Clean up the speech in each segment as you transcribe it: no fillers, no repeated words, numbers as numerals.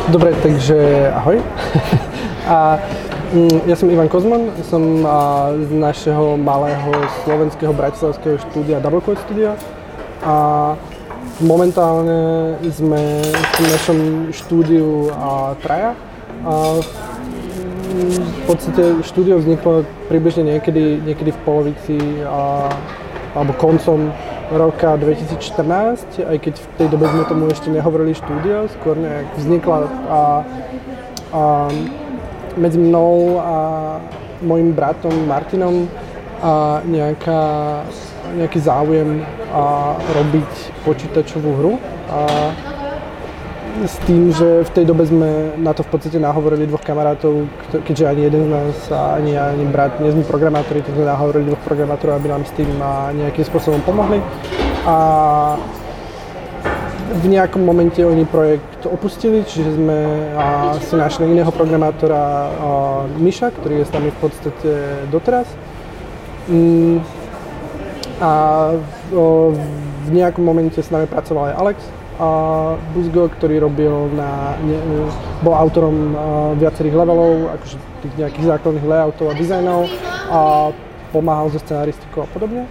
Dobre, takže ahoj. Ja som Ivan Kozman, som z našeho malého slovenského bratislavského štúdia Double Quote Studio a momentálne sme v našom štúdiu traja. V podstate štúdio vzniklo približne niekedy v polovici alebo koncom roka 2014, aj keď v tej dobe sme tomu ešte nehovorili štúdio, skôr nejak vznikla medzi mnou a mojím bratom Martinom nejaký záujem robiť počítačovú hru. S tým, že v tej dobe sme na to v podstate nahovorili dvoch kamarátov, keďže ani jeden z nás, ani ja, ani brat nie sme programátori, tak sme nahovorili dvoch programátorov, aby nám s tým nejakým spôsobom pomohli. A v nejakom momente oni projekt opustili, čiže sme si našli iného programátora, Miša, ktorý je s nami v podstate doteraz. A v nejakom momente s nami pracoval aj Alex Buzgo, ktorý bol autorom viacerých levelov, akože tých nejakých základných layoutov a dizajnov a pomáhal so scenaristikou a podobne.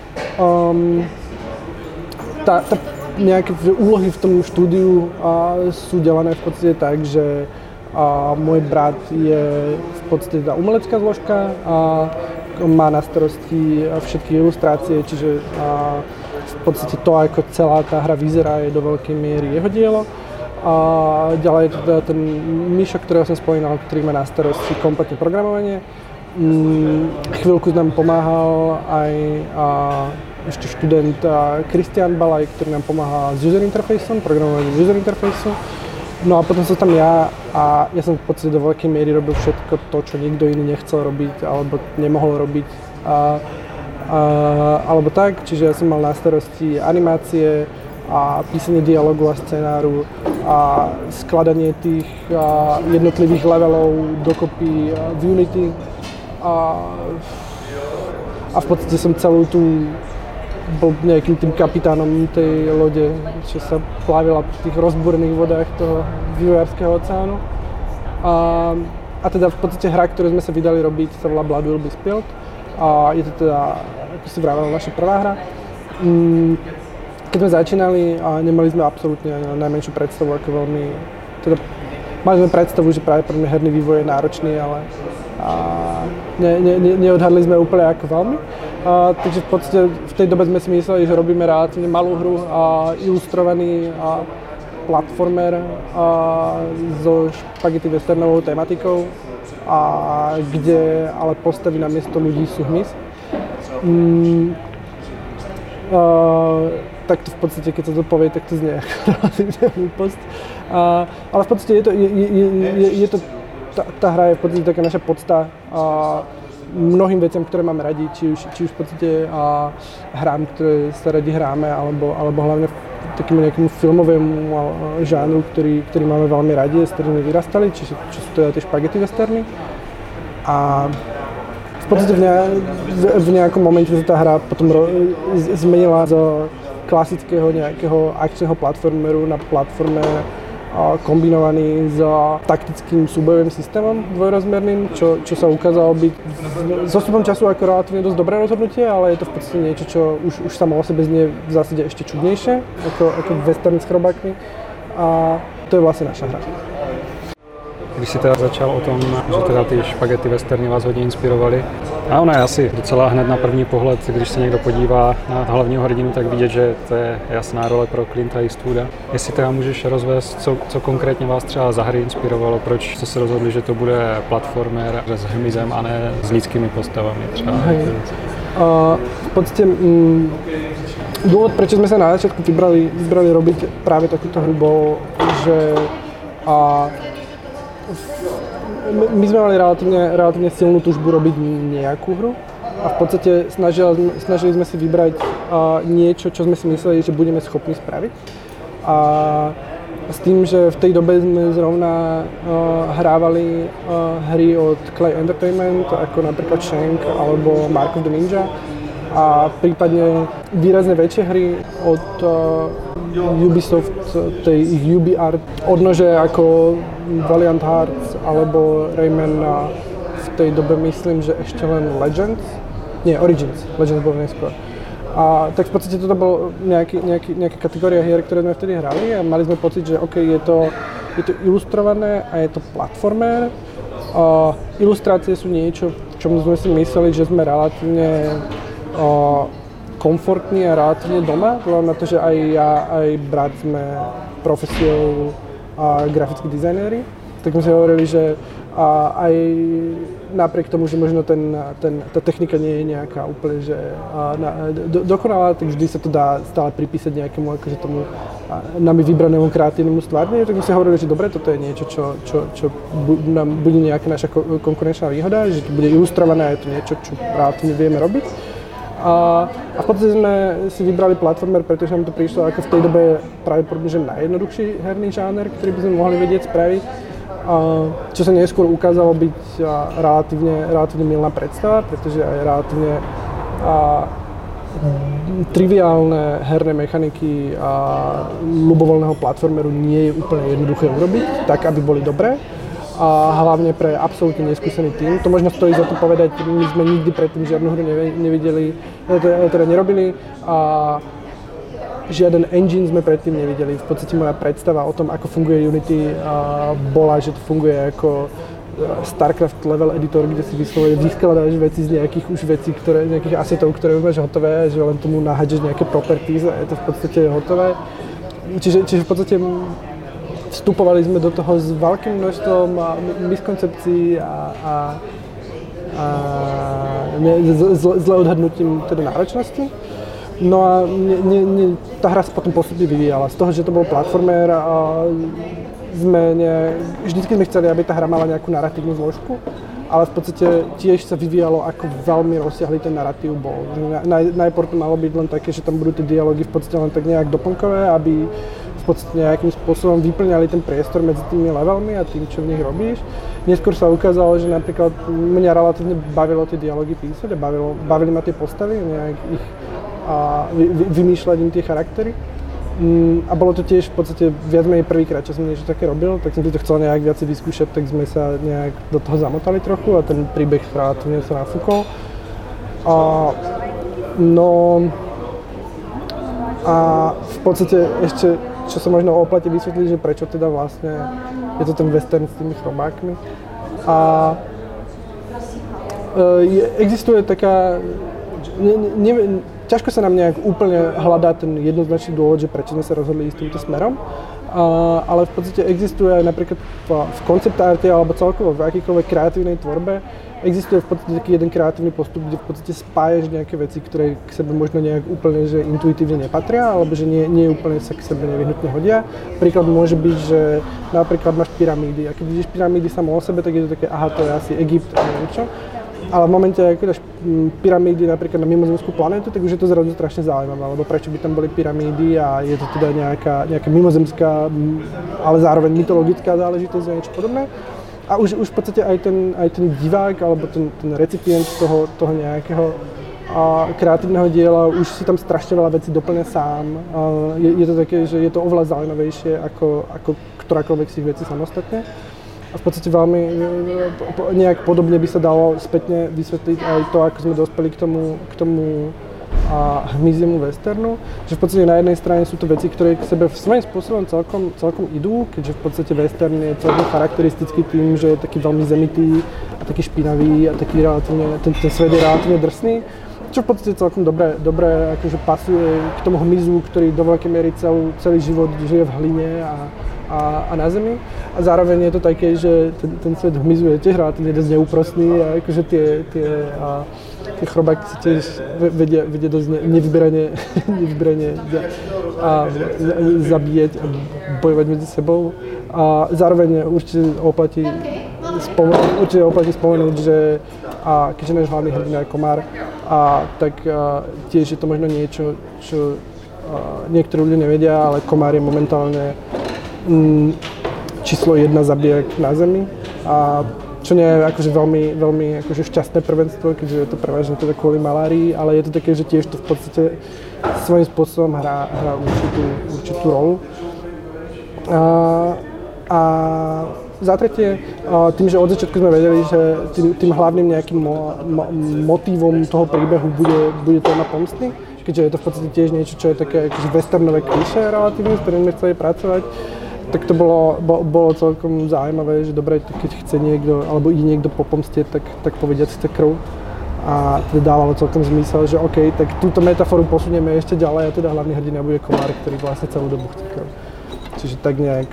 Nejaké úlohy v tom štúdiu sú delené v podstate tak, že môj brat je v podstate tá umelecká zložka a má na starosti všetky ilustrácie, čiže v podstate to, ako celá tá hra vyzerá, je do veľkej miery jeho dielo. A ďalej je to teda ten Mišo, ktorého som spomínal, ktorý má na starosti kompletne programovanie. Chvíľku nám pomáhal aj ešte študent Kristian Balaj, ktorý nám pomáha s user interfaceom, programovaním user interfaceu. No a potom som tam ja a ja som v podstate do veľkej miery robil všetko to, čo nikto iný nechcel robiť alebo nemohol robiť. Alebo tak, čiže ja som mal na starosti animácie a písanie dialogu a scenáru a skladanie tých jednotlivých levelov dokopy v Unity a v podstate som celú tú bol nejakým tým kapitánom tej lode, čo sa plavila v tých rozbúrených vodách toho vývojárskeho oceánu. A teda v podstate hra, ktorú sme sa vydali robiť, sa volá Blood Will Be Spilled. A je to teda, ako si vravel, naša prvá hra. Keď sme začínali, nemali sme absolútne najmenšiu predstavu, ako veľmi... Teda, mali sme predstavu, že práve pre mňa herný vývoj je náročný, ale neodhadli sme úplne ako veľmi. Takže v podstate v tej dobe sme si mysleli, že robíme relatívne malú hru a ilustrovaný platformer so špagety westernovou tematikou, kde ale postavy na miesto ľudí sú hmyz. Tak to v podstate, keď sa to povie, tak to znie ako relatívne hlúposť. Ale v podstate je to tá hra je v podstate taká naša podsta mnohým veciam, ktoré máme radi, či už v podstate hrám, ktoré sa radi hráme, alebo hlavne takému nejakému filmovému žánru, ktorý máme veľmi radi, s ktorými vyrastali, čo sú teda tie špagety westerny. A v podstate v nejakom momente sa tá hra potom zmenila z klasického nejakého akčného platformeru na platformer kombinovaný s taktickým súbojovým systémom dvojrozmerným, čo sa ukázalo byť s postupom času ako relatívne dosť dobré rozhodnutie, ale je to v podstate niečo, čo už samo o sebe znie v zásade ešte čudnejšie, ako western s chrobákmi. A to je vlastne naša hra. Když jsi teda začal o tom, že teda ty špagety westerny vás hodně inspirovaly. A ono je asi docela hned na první pohled, když se někdo podívá na hlavního hrdinu, tak vidět, že to je jasná role pro Clint Eastwooda. Jestli teda můžeš rozvést, co konkrétně vás třeba za hry inspirovalo, proč jste se rozhodli, že to bude platformer s hmyzem a ne s lidskými postavami třeba? V podstate dôvod, prečo sme sa na začiatku vybrali robiť práve takúto hru, bol, že my sme mali relatívne silnú túžbu robiť nejakú hru a v podstate snažili sme si vybrať niečo, čo sme si mysleli, že budeme schopní spraviť. A s tým, že v tej dobe sme zrovna hrávali hry od Clay Entertainment, ako napríklad Shank alebo Mark of the Ninja a prípadne výrazne väčšie hry od Ubisoft, tej ich UbiArt odnože ako Valiant Hearts alebo Rayman v tej dobe myslím, že ešte len Origins bol neskôr. A tak v podstate toto bol nejaká kategória hier, ktoré sme vtedy hrali a mali sme pocit, že OK, je to ilustrované a je to platformer. Ilustrácie sú niečo, v čom sme si mysleli, že sme relatívne komfortní a relatívne doma. Vzhľadom na to, že aj ja, aj brat sme profesiou grafickí dizajnéri, tak sme si hovorili, že aj napriek tomu, že možno tá technika nie je nejaká úplne že dokonalá, tak vždy sa to dá stále pripísať nejakému akože tomu nami vybranému kreatívnemu stvárneniu, tak sme si hovorili, že dobre, toto je niečo, čo nám bude nejaká naša konkurenčná výhoda, že to bude ilustrované a je to niečo, čo relatívne vieme robiť. A v podstate sme si vybrali platformer, pretože nám to prišlo ako v tej dobe pravdepodobne, že najjednoduchší herný žáner, ktorý by sme mohli vedieť spraviť. Čo sa neskôr ukázalo byť relatívne mylná predstava, pretože aj relatívne triviálne herné mechaniky ľubovoľného platformeru nie je úplne jednoduché urobiť, tak aby boli dobré. A hlavne pre absolútne neskúsený tím. To možno stojí za to povedať, my sme nikdy predtým žiadnu hru nevideli, teda nerobili a žiaden engine sme predtým nevideli. V podstate moja predstava o tom, ako funguje Unity, bola, že to funguje ako StarCraft level editor, kde si vyslovene vyskladáš veci z nejakých už vecí, z nejakých assetov, ktoré už máš hotové, že len tomu nahádžeš nejaké properties a je to v podstate hotové. Čiže v podstate vstupovali sme do toho s veľkým množstvom miskoncepcií a zle odhadnutím teda náročnosti. No a tá hra sa potom postupne vyvíjala. Z toho, že to bol platformer, vždycky sme chceli, aby tá hra mala nejakú naratívnu zložku, ale v podstate tiež sa vyvíjalo, ako veľmi rozsiahly ten narratív bol. Najprv to malo byť len také, že tam budú tie dialógy v podstate len tak nejak doplnkové, aby v podstate nejakým spôsobom vyplňali ten priestor medzi tými levelmi a tým, čo v nich robíš. Neskôr sa ukázalo, že napríklad mňa relatívne bavilo tie dialógy písať a bavili ma tie postavy, nejak ich vymýšľať im tie charaktery. A bolo to tiež v podstate viac menej prvýkrát, čo som niečo také robil, tak som si to chcel nejak viac vyskúšať, tak sme sa nejak do toho zamotali trochu a ten príbeh relatívne sa nafúkol. A v podstate ešte, čo sa možno oplatí vysvetliť, že prečo teda vlastne je to ten western s tými chrobákmi. Existuje taká, ťažko sa nám nejak úplne hľadá ten jednoznačný dôvod, že prečo sme sa rozhodli ísť týmto smerom, ale v podstate existuje aj napríklad v concept arte alebo celkovo v akýkoľvek kreatívnej tvorbe existuje v podstate taký jeden kreatívny postup, kde v podstate spájaš nejaké veci, ktoré k sebe možno nejak úplne že intuitívne nepatria, alebo že nie úplne sa k sebe nevyhnutne hodia. Príklad môže byť, že napríklad máš pyramídy a keď vidíš pyramídy samo o sebe, tak je to také, aha, to je asi Egypt a neviem čo. Ale v momente, ako dáš pyramídy napríklad na mimozemskú planétu, tak už je to zrazu strašne zaujímavé, lebo prečo by tam boli pyramídy a je to teda nejaká mimozemská, ale zároveň mytologická záležitosť a niečo podobné. A už v podstate aj ten divák alebo ten recipient toho nejakého kreatívneho diela už si tam strašne veľa vecí doplňa sám. Je to také, že je to oveľa zaujímavejšie ako ktorákoľvek z tých vecí samostatne. A v podstate veľmi nejak podobne by sa dalo spätne vysvetliť aj to, ako sme dospeli k tomu hmyziemu westernu, že v podstate na jednej strane sú to veci, ktoré k sebe svojím spôsobom celkom idú, keďže v podstate western je celkom charakteristický tým, že je taký veľmi zemitý a taký špinavý a taký relatívne, ten svet je relatívne drsný, čo v podstate celkom dobre akože pasuje k tomu hmyzu, ktorý do veľkej miery celý život žije v hline a na zemi. A zároveň je to také, že ten svet hmyzu je tiež relatívne dosť neúprostný a akože tie chrobáky si tiež vedia dosť nevyberane zabíjať a bojovať medzi sebou. A zároveň určite oplatí spomenúť, že keďže náš hlavný hrdina je komár, tak tiež je to možno niečo, čo niektorí ľudia nevedia, ale komár je momentálne číslo 1 zabijak na Zemi. Čo nie je akože veľmi akože šťastné prvenstvo, keďže je to prevažne teda kvôli malárii, ale je to také, že tiež to v podstate svojím spôsobom hrá určitú rolu. A za tretie, tým, že od začiatku sme vedeli, že tým hlavným nejakým motívom toho príbehu bude téma pomsty, keďže je to v podstate tiež niečo, čo je také akože westernové klišé relatívne, s ktorým sme chceli pracovať, tak to bolo celkom zaujímavé, že dobre, keď chce niekto, alebo ide niekto po pomste, tak povediať chce krv. A teda dávalo celkom zmysel, že OK, tak túto metaforu posunieme ešte ďalej a teda hlavný hrdina bude komár, ktorý vlastne celú dobu chce krv. Čiže tak nejak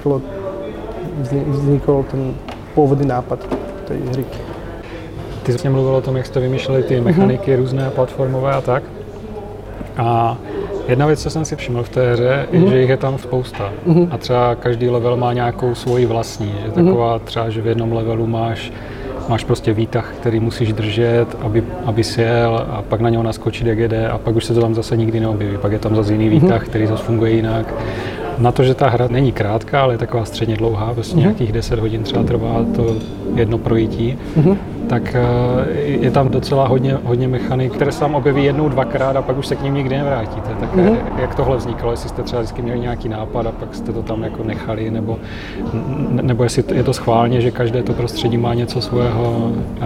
vznikol ten pôvodný nápad tej hry. Ty jsi mluvil o tom, jak jste vymýšleli ty mechaniky různé, platformové a tak. A jedna věc, co jsem si všiml v té hře, je, že jich je tam spousta. A třeba každý level má nějakou svoji vlastní. Že taková třeba, že v jednom levelu máš prostě výtah, který musíš držet, aby sjel a pak na něho naskočit, jak jede a pak už se to tam zase nikdy neobjeví. Pak je tam zase jiný výtah, který zase funguje jinak. Na to, že ta hra není krátká, ale je taková středně dlouhá, vlastně nějakých 10 hodin třeba trvá to jedno projití, tak je tam docela hodně mechanik, které se tam objeví jednou, dvakrát a pak už se k nim nikdy nevrátíte. Tak jak tohle vzniklo, jestli jste třeba vždycky měli nějaký nápad a pak jste to tam jako nechali, nebo jestli je to schválně, že každé to prostředí má něco svého.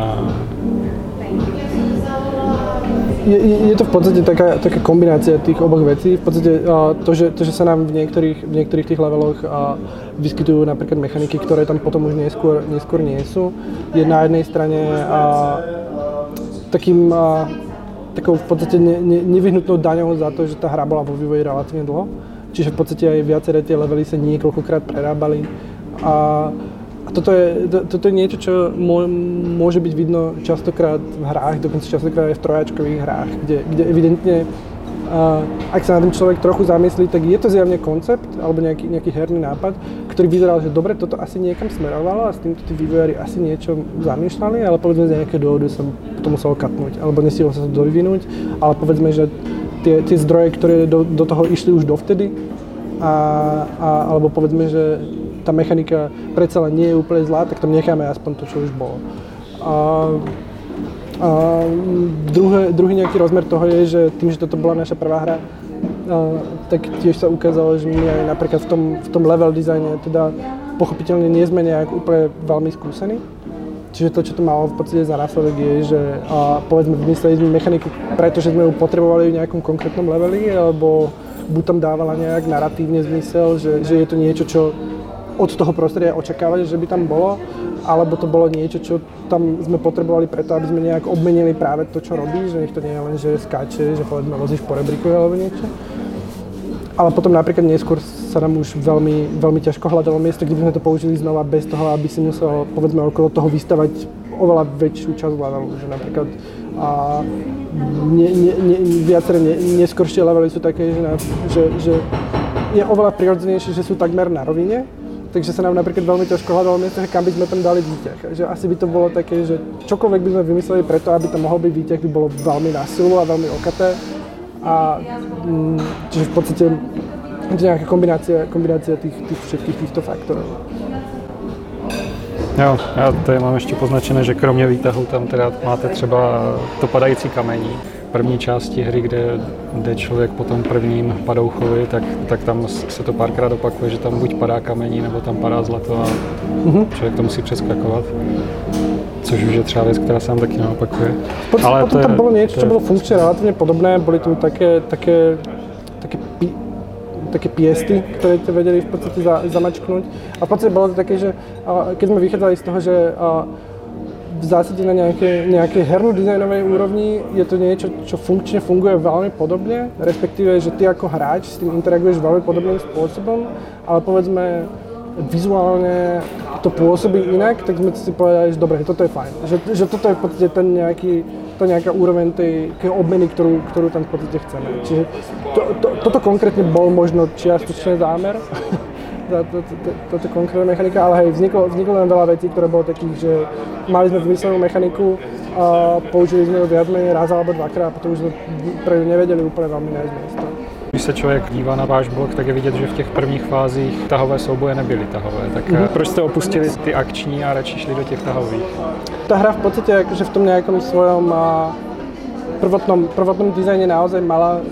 Je to v podstate taká kombinácia tých oboch vecí. V podstate to, že sa nám v niektorých tých leveloch vyskytujú napríklad mechaniky, ktoré tam potom už neskôr nie sú, je na jednej strane takou v podstate nevyhnutnou daňou za to, že tá hra bola vo vývoji relatívne dlho. Čiže v podstate aj viaceré tie levely sa niekoľkokrát prerábali. A toto je niečo, čo môže byť vidno častokrát v hrách, dokonca častokrát aj v trojačkových hrách, kde evidentne, ak sa na ten človek trochu zamyslí, tak je to zjavne koncept alebo nejaký herný nápad, ktorý vyzeral, že dobre, toto asi niekam smerovalo a s týmto tí vývojári asi niečo zamýšľali, ale povedzme z nejaké dôvody sa to muselo katnúť, alebo nestihlo sa to dovyvinúť, ale povedzme, že tie zdroje, ktoré do toho išli už dovtedy, alebo povedzme, že tá mechanika predsa len nie je úplne zlá, tak tam necháme aspoň to, čo už bolo. Druhý nejaký rozmer toho je, že tým, že toto bola naša prvá hra, tak tiež sa ukázalo, že my aj napríklad v tom level dizajne teda pochopiteľne nie sme nejak úplne veľmi skúsení. Čiže to, čo to malo v podstate za následok je, že povedzme vymysleli sme mechaniku, pretože sme ju potrebovali v nejakom konkrétnom leveli, alebo buď tam dávala nejak naratívne zmysel, že je to niečo, čo od toho prostredia očakávať, že by tam bolo, alebo to bolo niečo, čo tam sme potrebovali preto, aby sme nejak obmenili práve to, čo robí, že nech to nie je len, že skáče, že povedzme vozíš po rebríku alebo niečo. Ale potom napríklad neskôr sa nám už veľmi, veľmi ťažko hľadalo miesto, kde by sme to použili znova bez toho, aby si musel povedzme okolo toho vystavať oveľa väčšiu časť levelu, že napríklad viaceré neskoršie levely sú také, že je oveľa prirodzenejšie, že sú takmer na rovine. Takže sa nám napríklad veľmi ťažko hľadalo miesto, že kam by sme tam dali výťah. Že asi by to bolo také, že čokoľvek by sme vymysleli preto, aby tam mohol byť výťah, by bolo veľmi na silu a veľmi okaté. Čiže v podstate je to nejaká kombinácia tých všetkých týchto faktorov. Jo, já tady mám ještě poznačené, že kromě výtahu tam teda máte třeba to padající kamení. V první části hry, kde člověk po tom prvním padouchovi, tak tam se to párkrát opakuje, že tam buď padá kamení, nebo tam padá zlato a člověk to musí přeskakovat. Což už je třeba věc, která se nám taky neopakuje. Ale potom tam bolo niečo, čo bolo funkčne relatívne podobné, boli tu také piesty, ktoré te vedeli v podstate zamačknúť. A v podstate bolo to také, že keď sme vychádzali z toho, že v zásade na nejakej herno-dizajnovej úrovni je to niečo, čo funkčne funguje veľmi podobne, respektíve, že ty ako hráč s tým interaguješ veľmi podobným spôsobom, ale povedzme vizuálne to pôsobí inak, tak sme si povedali, že dobre, toto je fajn. Že toto je v podstate nejaká úroveň tej obmeny, ktorú tam v podstate chceme. Čiže toto konkrétne bol možno čiastočný zámer, táto konkrétna mechanika, ale hej, vzniklo len veľa vecí, ktoré bolo takých, že mali sme vymyslenú mechaniku, použili sme ju viac menej raz alebo dvakrát a potom už sme pre ju nevedeli úplne veľmi nájsť miesto. Když se člověk dívá na váš blog, tak je vidět, že v těch prvních fázích tahové souboje nebyly tahové. Tak proč jste opustili ty akční a radši šli do těch tahových? Tá hra v podstate akože v tom nejakom svojom prvotnom dizajne naozaj mala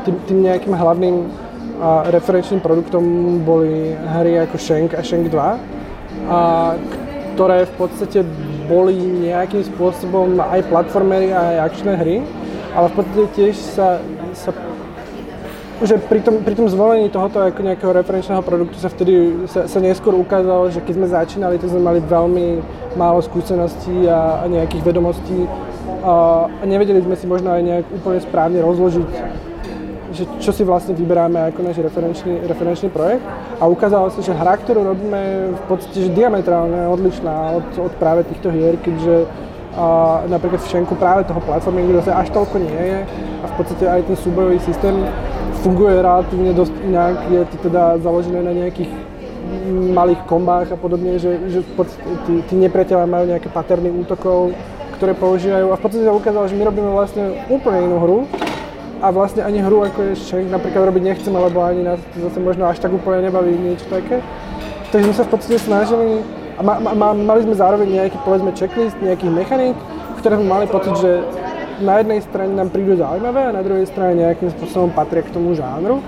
tým nejakým hlavným referenčným produktom boli hry ako Shank a Shank 2, ktoré v podstate boli nejakým spôsobom aj platformery a aj akčné hry, ale v podstate tiež sa že pri tom zvolení tohoto ako nejakého referenčného produktu sa vtedy sa neskôr ukázalo, že keď sme začínali, tak sme mali veľmi málo skúseností a nejakých vedomostí a nevedeli sme si možno aj nejak úplne správne rozložiť, že čo si vlastne vyberáme ako náš referenčný projekt. A ukázalo sa, že hra, ktorú robíme, v podstate že diametrálne odlišná od práve týchto hier, keďže napríklad v Shanku práve toho platformingu zase až toľko nie je a v podstate aj ten súbojový systém funguje relatívne dosť inak, je to teda založené na nejakých malých kombách a podobne, že v podstate tí nepriatelia majú nejaké paterny útokov, ktoré používajú a v podstate sa ukázalo, že my robíme vlastne úplne inú hru a vlastne ani hru ako je Shank napríklad robiť nechceme, lebo ani nás zase možno až tak úplne nebaví niečo také. Takže sme sa v podstate snažili a mali sme zároveň nejaký povedzme checklist, nejakých mechaník, ktoré sme mali pocit, že na jednej strane nám prídu zaujímavé a na druhej strane nejakým spôsobom patria k tomu žánru,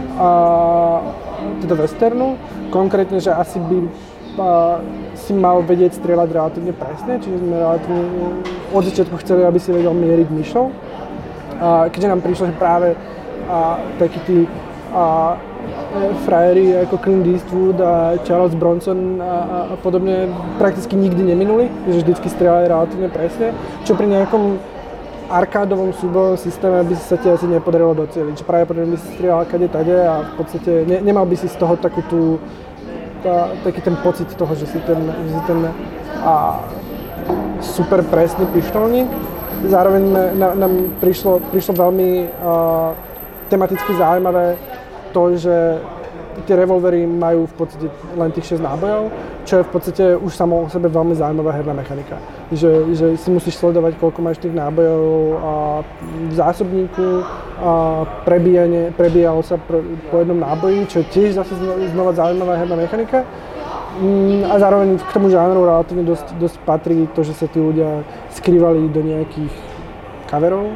teda westernu. Konkrétne, že asi by si mal vedieť strieľať relatívne presne, čiže sme relatívne od začiatku chceli, aby si vedel mieriť myšou. Keďže nám prišlo, že práve takí tí frajeri ako Clint Eastwood a Charles Bronson a podobne prakticky nikdy neminuli, že vždycky strieľali relatívne presne, čo pri nejakom arkádovom súbojovom systéme by sa ti asi nepodarilo docieliť, že pravdepodobne by si strieľal kade tade a v podstate nemal by si z toho taký ten pocit toho, že si ten super presný pištolník. Zároveň nám prišlo veľmi tematicky zaujímavé to, že tie revolvery majú v podstate len tých 6 nábojov, čo je v podstate už samo o sebe veľmi zaujímavá herná mechanika. Že si musíš sledovať, koľko máš tých nábojov v zásobníku, prebíjalo sa po jednom náboji, čo je tiež zase znova zaujímavá herná mechanika. A zároveň k tomu žánru relatívne dosť patrí to, že sa tí ľudia skrývali do nejakých kaverov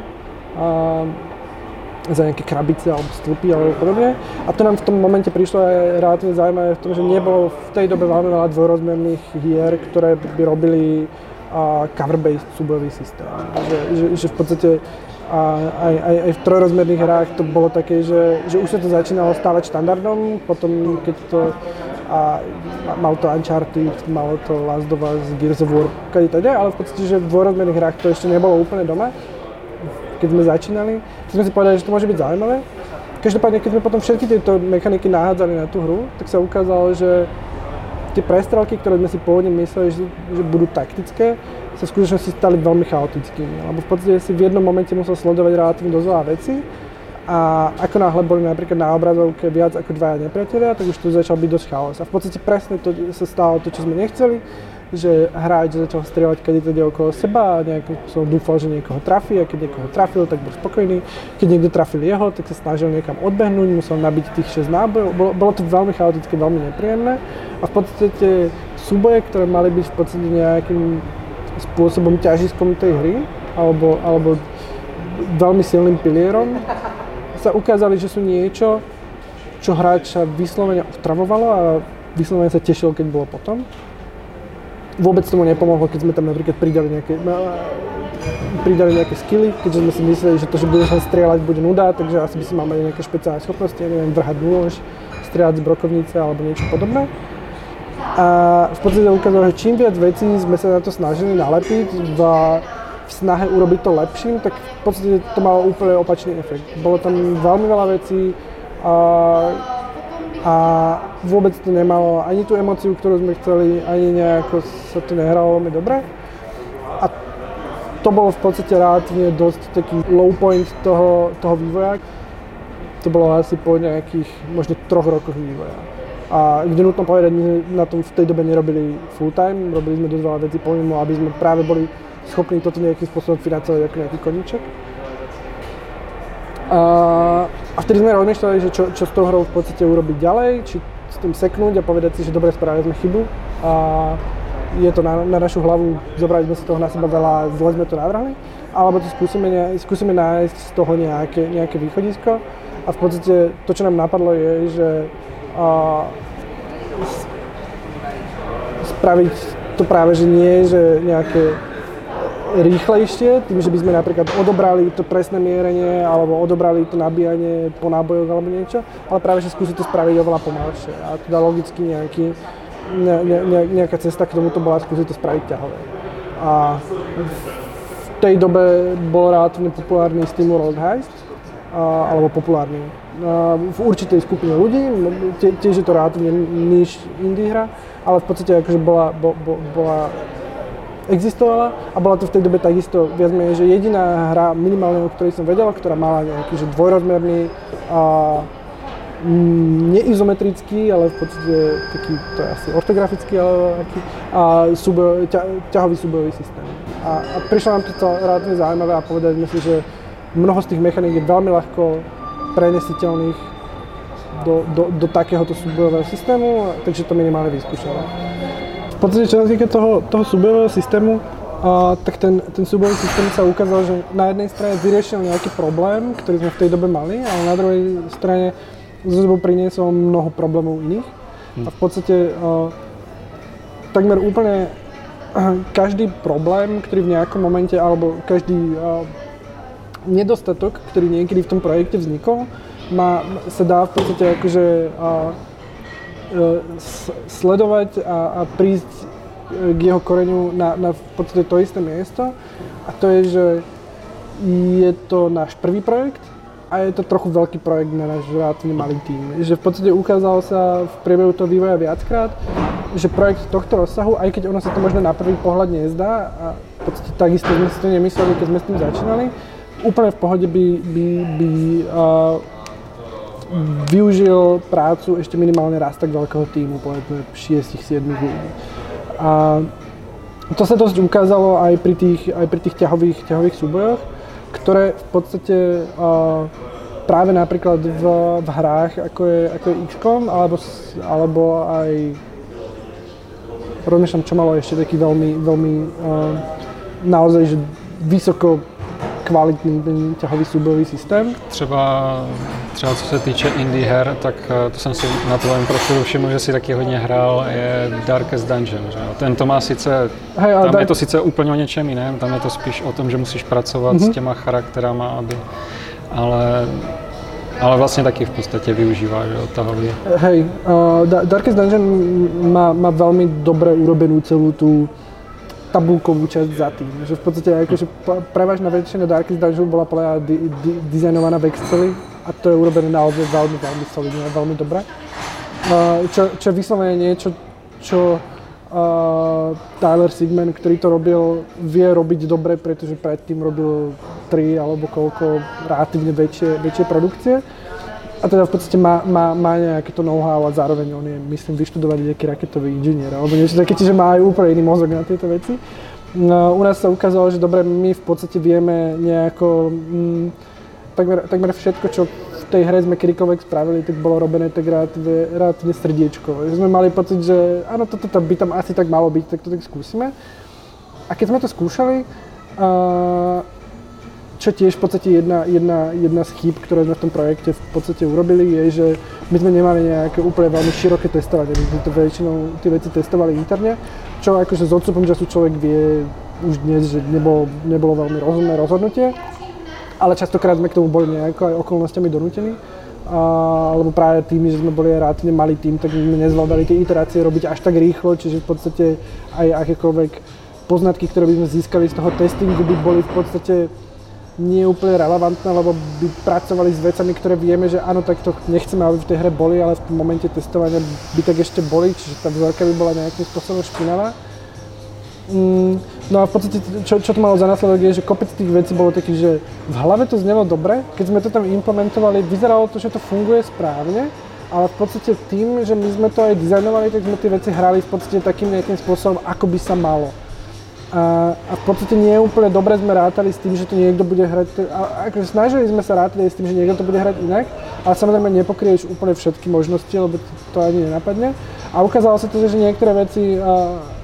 za nejaké krabice alebo stĺpy alebo podobne. A to nám v tom momente prišlo aj relatívne zaujímavé v tom, že nebolo v tej dobe veľmi veľa dvojrozmerných hier, ktoré by robili cover-based súbojový systém. Že v podstate aj v trojrozmerných hrách to bolo také, že už sa to začínalo stávať štandardom, potom keď to mal to Uncharted, malo to Last of Us, Gears of War, ale v podstate, že v dvojrozmerných hrách to ešte nebolo úplne doma. Keď sme začínali, tak sme si povedali, že to môže byť zaujímavé. Každopádne, keď sme potom všetky tieto mechaniky nahádzali na tú hru, tak sa ukázalo, že tie prestrelky, ktoré sme si pôvodne mysleli, že budú taktické, sa v skutočnosti stali veľmi chaotickými. Lebo v podstate si v jednom momente musel sledovať relatívne dosť veľa vecí a ako náhle boli napríklad na obrazovke viac ako 2 nepriatelia, tak už tu začal byť dosť chaos. A v podstate presne to sa stalo to, čo sme nechceli, že hráč začal strieľať kadetade okolo seba a nejak som dúfal, že niekoho trafí a keď niekoho trafil, tak bol spokojný. Keď niekto trafil jeho, tak sa snažil niekam odbehnúť, musel nabiť tých 6 nábojov. Bolo to veľmi chaotické, veľmi nepríjemné a v podstate súboje, ktoré mali byť v podstate nejakým spôsobom ťažiskom tej hry alebo veľmi silným pilierom, sa ukázali, že sú niečo, čo hráča vyslovene otravovalo a vyslovene sa tešil, keď bolo potom. Vôbec tomu nepomohlo, keď sme tam napríklad pridali nejaké skilly, keďže sme si mysleli, že to, že budeš len strieľať, bude nuda, takže asi by si mal mať nejaké špeciálne schopnosti, neviem, vrhať nôž, strieľať z brokovnice alebo niečo podobné. A v podstate ukázalo, že čím viac vecí sme sa na to snažili nalepiť v snahe urobiť to lepším, tak v podstate to malo úplne opačný efekt. Bolo tam veľmi veľa vecí a vôbec to nemalo ani tú emóciu, ktorú sme chceli, ani nejako sa to nehralo veľmi dobre. A to bolo v podstate relatívne dosť taký low point toho vývoja. To bolo asi po nejakých možno 3 rokoch vývoja. A kde nutno povedať, my na tom v tej dobe nerobili full time, robili sme dosť veľa vecí pomimo, aby sme práve boli schopní toto nejakým spôsobom financovať ako nejaký koníček. A vtedy sme rozmýšľali, že čo s tou hrou v podstate urobiť ďalej, či s tým seknúť a povedať si, že dobre, spravili sme chybu a je to na našu hlavu, zobrali sme si toho na seba veľa, zle sme to navrhli, alebo to skúsime nájsť z toho nejaké východisko. A v podstate to, čo nám napadlo, je, že spraviť to práve, že nie, že nejaké rýchlejšie, tým, že by sme napríklad odobrali to presné mierenie alebo odobrali to nabíjanie po nábojoch alebo niečo, ale práve, že skúsiť to spraviť oveľa pomalšie. A teda logicky nejaká cesta k tomuto bola skúsiť to spraviť ťahové. A v tej dobe bol relatívne populárny SteamWorld Heist, alebo populárny v určitej skupine ľudí, tiež je to relatívne niche indie hra, ale v podstate akože existovala a bola to v tej dobe takisto viac menej, že jediná hra minimálne, o ktorej som vedel, ktorá mala nejaký že dvojrozmerný neizometrický, ale v podstate taký, to je asi ortografický, alebo aký, ťahový súbojový systém. A prišlo nám to relatívne zaujímavé a povedali sme si, že mnoho z tých mechaník je veľmi ľahko prenesiteľných do takéhoto súbojového systému, takže to minimálne vyskúšame. V podstate, čo sa týka toho súbojového systému, tak ten súbojový systém sa ukázal, že na jednej strane vyriešil nejaký problém, ktorý sme v tej dobe mali, ale na druhej strane zo sebou priniesol mnoho problémov iných. A v podstate takmer úplne každý problém, ktorý v nejakom momente, alebo každý nedostatok, ktorý niekedy v tom projekte vznikol, sa dá v podstate akože sledovať a prísť k jeho koreňu na v podstate to isté miesto. A to je, že je to náš prvý projekt a je to trochu veľký projekt na náš relatívne malý tím. Že v podstate ukázalo sa v priebehu toho vývoja viackrát, že projekt tohto rozsahu, aj keď ono sa to možno na prvý pohľad nezdá, a v podstate takisto sme si to nemysleli, keď sme s tým začínali, úplne v pohode by využil prácu ešte minimálne raz tak veľkého tímu, povedzme 6-7 ľudí. A to sa dosť ukázalo aj pri tých ťahových súbojoch, ktoré v podstate práve napríklad v hrách ako je XCOM, alebo aj rozmýšľam, čo malo ešte taký veľmi naozaj že vysoko kvalitný ten ťahový súbojový systém. Třeba co se týče indie her, tak to jsem si na tvém profilu všiml, že si taky hodně hrál, je Darkest Dungeon, že jo? Ten to má sice, tam je to sice úplně o něčem jiném, tam je to spíš o tom, že musíš pracovat s těma charakterama, ale vlastně taky v podstatě využívá, že jo, tahový. Hej, Darkest Dungeon má veľmi dobre urobenú celú tú tabulkovú časť za tým, že v podstate akože prevažná väčšina Darkest Dungeon bola dizajnovaná v Exceli a to je urobené naozaj veľmi solidne a veľmi dobre. Čo je vyslovene niečo, čo Tyler Sigman, ktorý to robil, vie robiť dobre, pretože predtým robil 3 alebo koľko relatívne väčšie produkcie. A teda v podstate má nejaké to know-how a zároveň on je, myslím, vyštudovaný nejaký raketový inžinier alebo niečo také, čiže má aj úplne iný mozog na tieto veci. U nás sa ukázalo, že dobre, my v podstate vieme nejako takmer všetko, čo v tej hre sme kedykoľvek spravili, tak bolo robené tak relatívne srdiečkovo. Že sme mali pocit, že áno, toto by tam asi tak malo byť, tak to tak skúsime. A keď sme to skúšali, čo tiež v podstate jedna z chýb, ktoré sme v tom projekte v podstate urobili, je, že my sme nemali nejaké úplne veľmi široké testovanie. My sme to väčšinou tie veci testovali interne, čo akože s odstupom času človek vie už dnes, že nebolo veľmi rozumné rozhodnutie, ale častokrát sme k tomu boli nejako aj okolnostiami donútení. Alebo práve tým, že sme boli relatívne malý tým, tak sme nezvládali tie iterácie robiť až tak rýchlo, čiže v podstate aj akékoľvek poznatky, ktoré by sme získali z toho testingu, by boli v podstate nie úplne relevantné, lebo by pracovali s vecami, ktoré vieme, že áno, tak to nechceme, aby v tej hre boli, ale v tom momente testovania by tak ešte boli, čiže tá vzorka by bola nejakým spôsobom špinavá. No a v podstate, čo to malo za následok je, že kopec tých vecí bolo takých, že v hlave to znelo dobre, keď sme to tam implementovali, vyzeralo to, že to funguje správne, ale v podstate tým, že my sme to aj dizajnovali, tak sme tie veci hrali v podstate takým nejakým spôsobom, ako by sa malo. A v podstate nie úplne dobre sme rátali s tým, že to niekto bude hrať, akože snažili sme sa rátať s tým, že niekto to bude hrať inak, ale samozrejme nepokrieš úplne všetky možnosti, lebo to ani nenapadne. A ukázalo sa to, že niektoré veci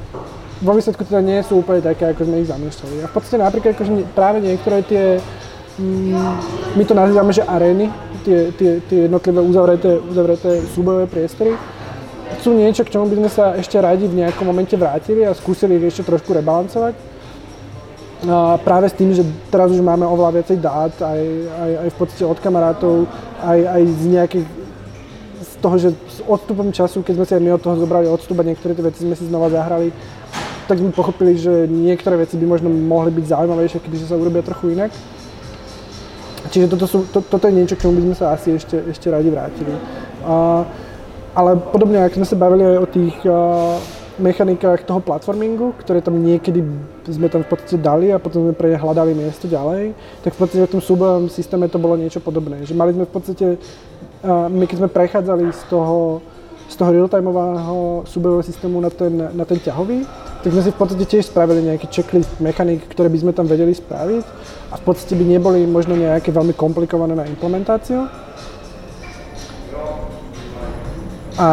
vo výsledku teda nie sú úplne také, ako sme ich zamýšľali. A v podstate napríklad akože práve niektoré tie my to nazývame, že arény, tie jednotlivé uzavreté súbojové priestory, sú niečo, k čomu by sme sa ešte radi v nejakom momente vrátili a skúsili ich ešte trošku rebalancovať. Práve s tým, že teraz už máme oveľa viacej dát, aj v podstate od kamarátov, aj z nejakých z toho, že s odstupom času, keď sme si aj my od toho zobrali odstup a niektoré tie veci sme si znova zahrali, tak sme pochopili, že niektoré veci by možno mohli byť zaujímavejšie, kebyže sa urobia trochu inak. Čiže toto je niečo, k čomu by sme sa asi ešte radi vrátili. Ale podobne, ako sme sa bavili aj o tých mechanikách toho platformingu, ktoré tam niekedy sme tam v podstate dali a potom sme pre ne hľadali miesto ďalej, tak v podstate v tom súbojovom systéme to bolo niečo podobné. Že mali sme v podstate, my keď sme prechádzali z toho real-timeového súbojového systému na ten ťahový, tak sme si v podstate tiež spravili nejaký checklist mechanik, ktoré by sme tam vedeli spraviť a v podstate by neboli možno nejaké veľmi komplikované na implementáciu. A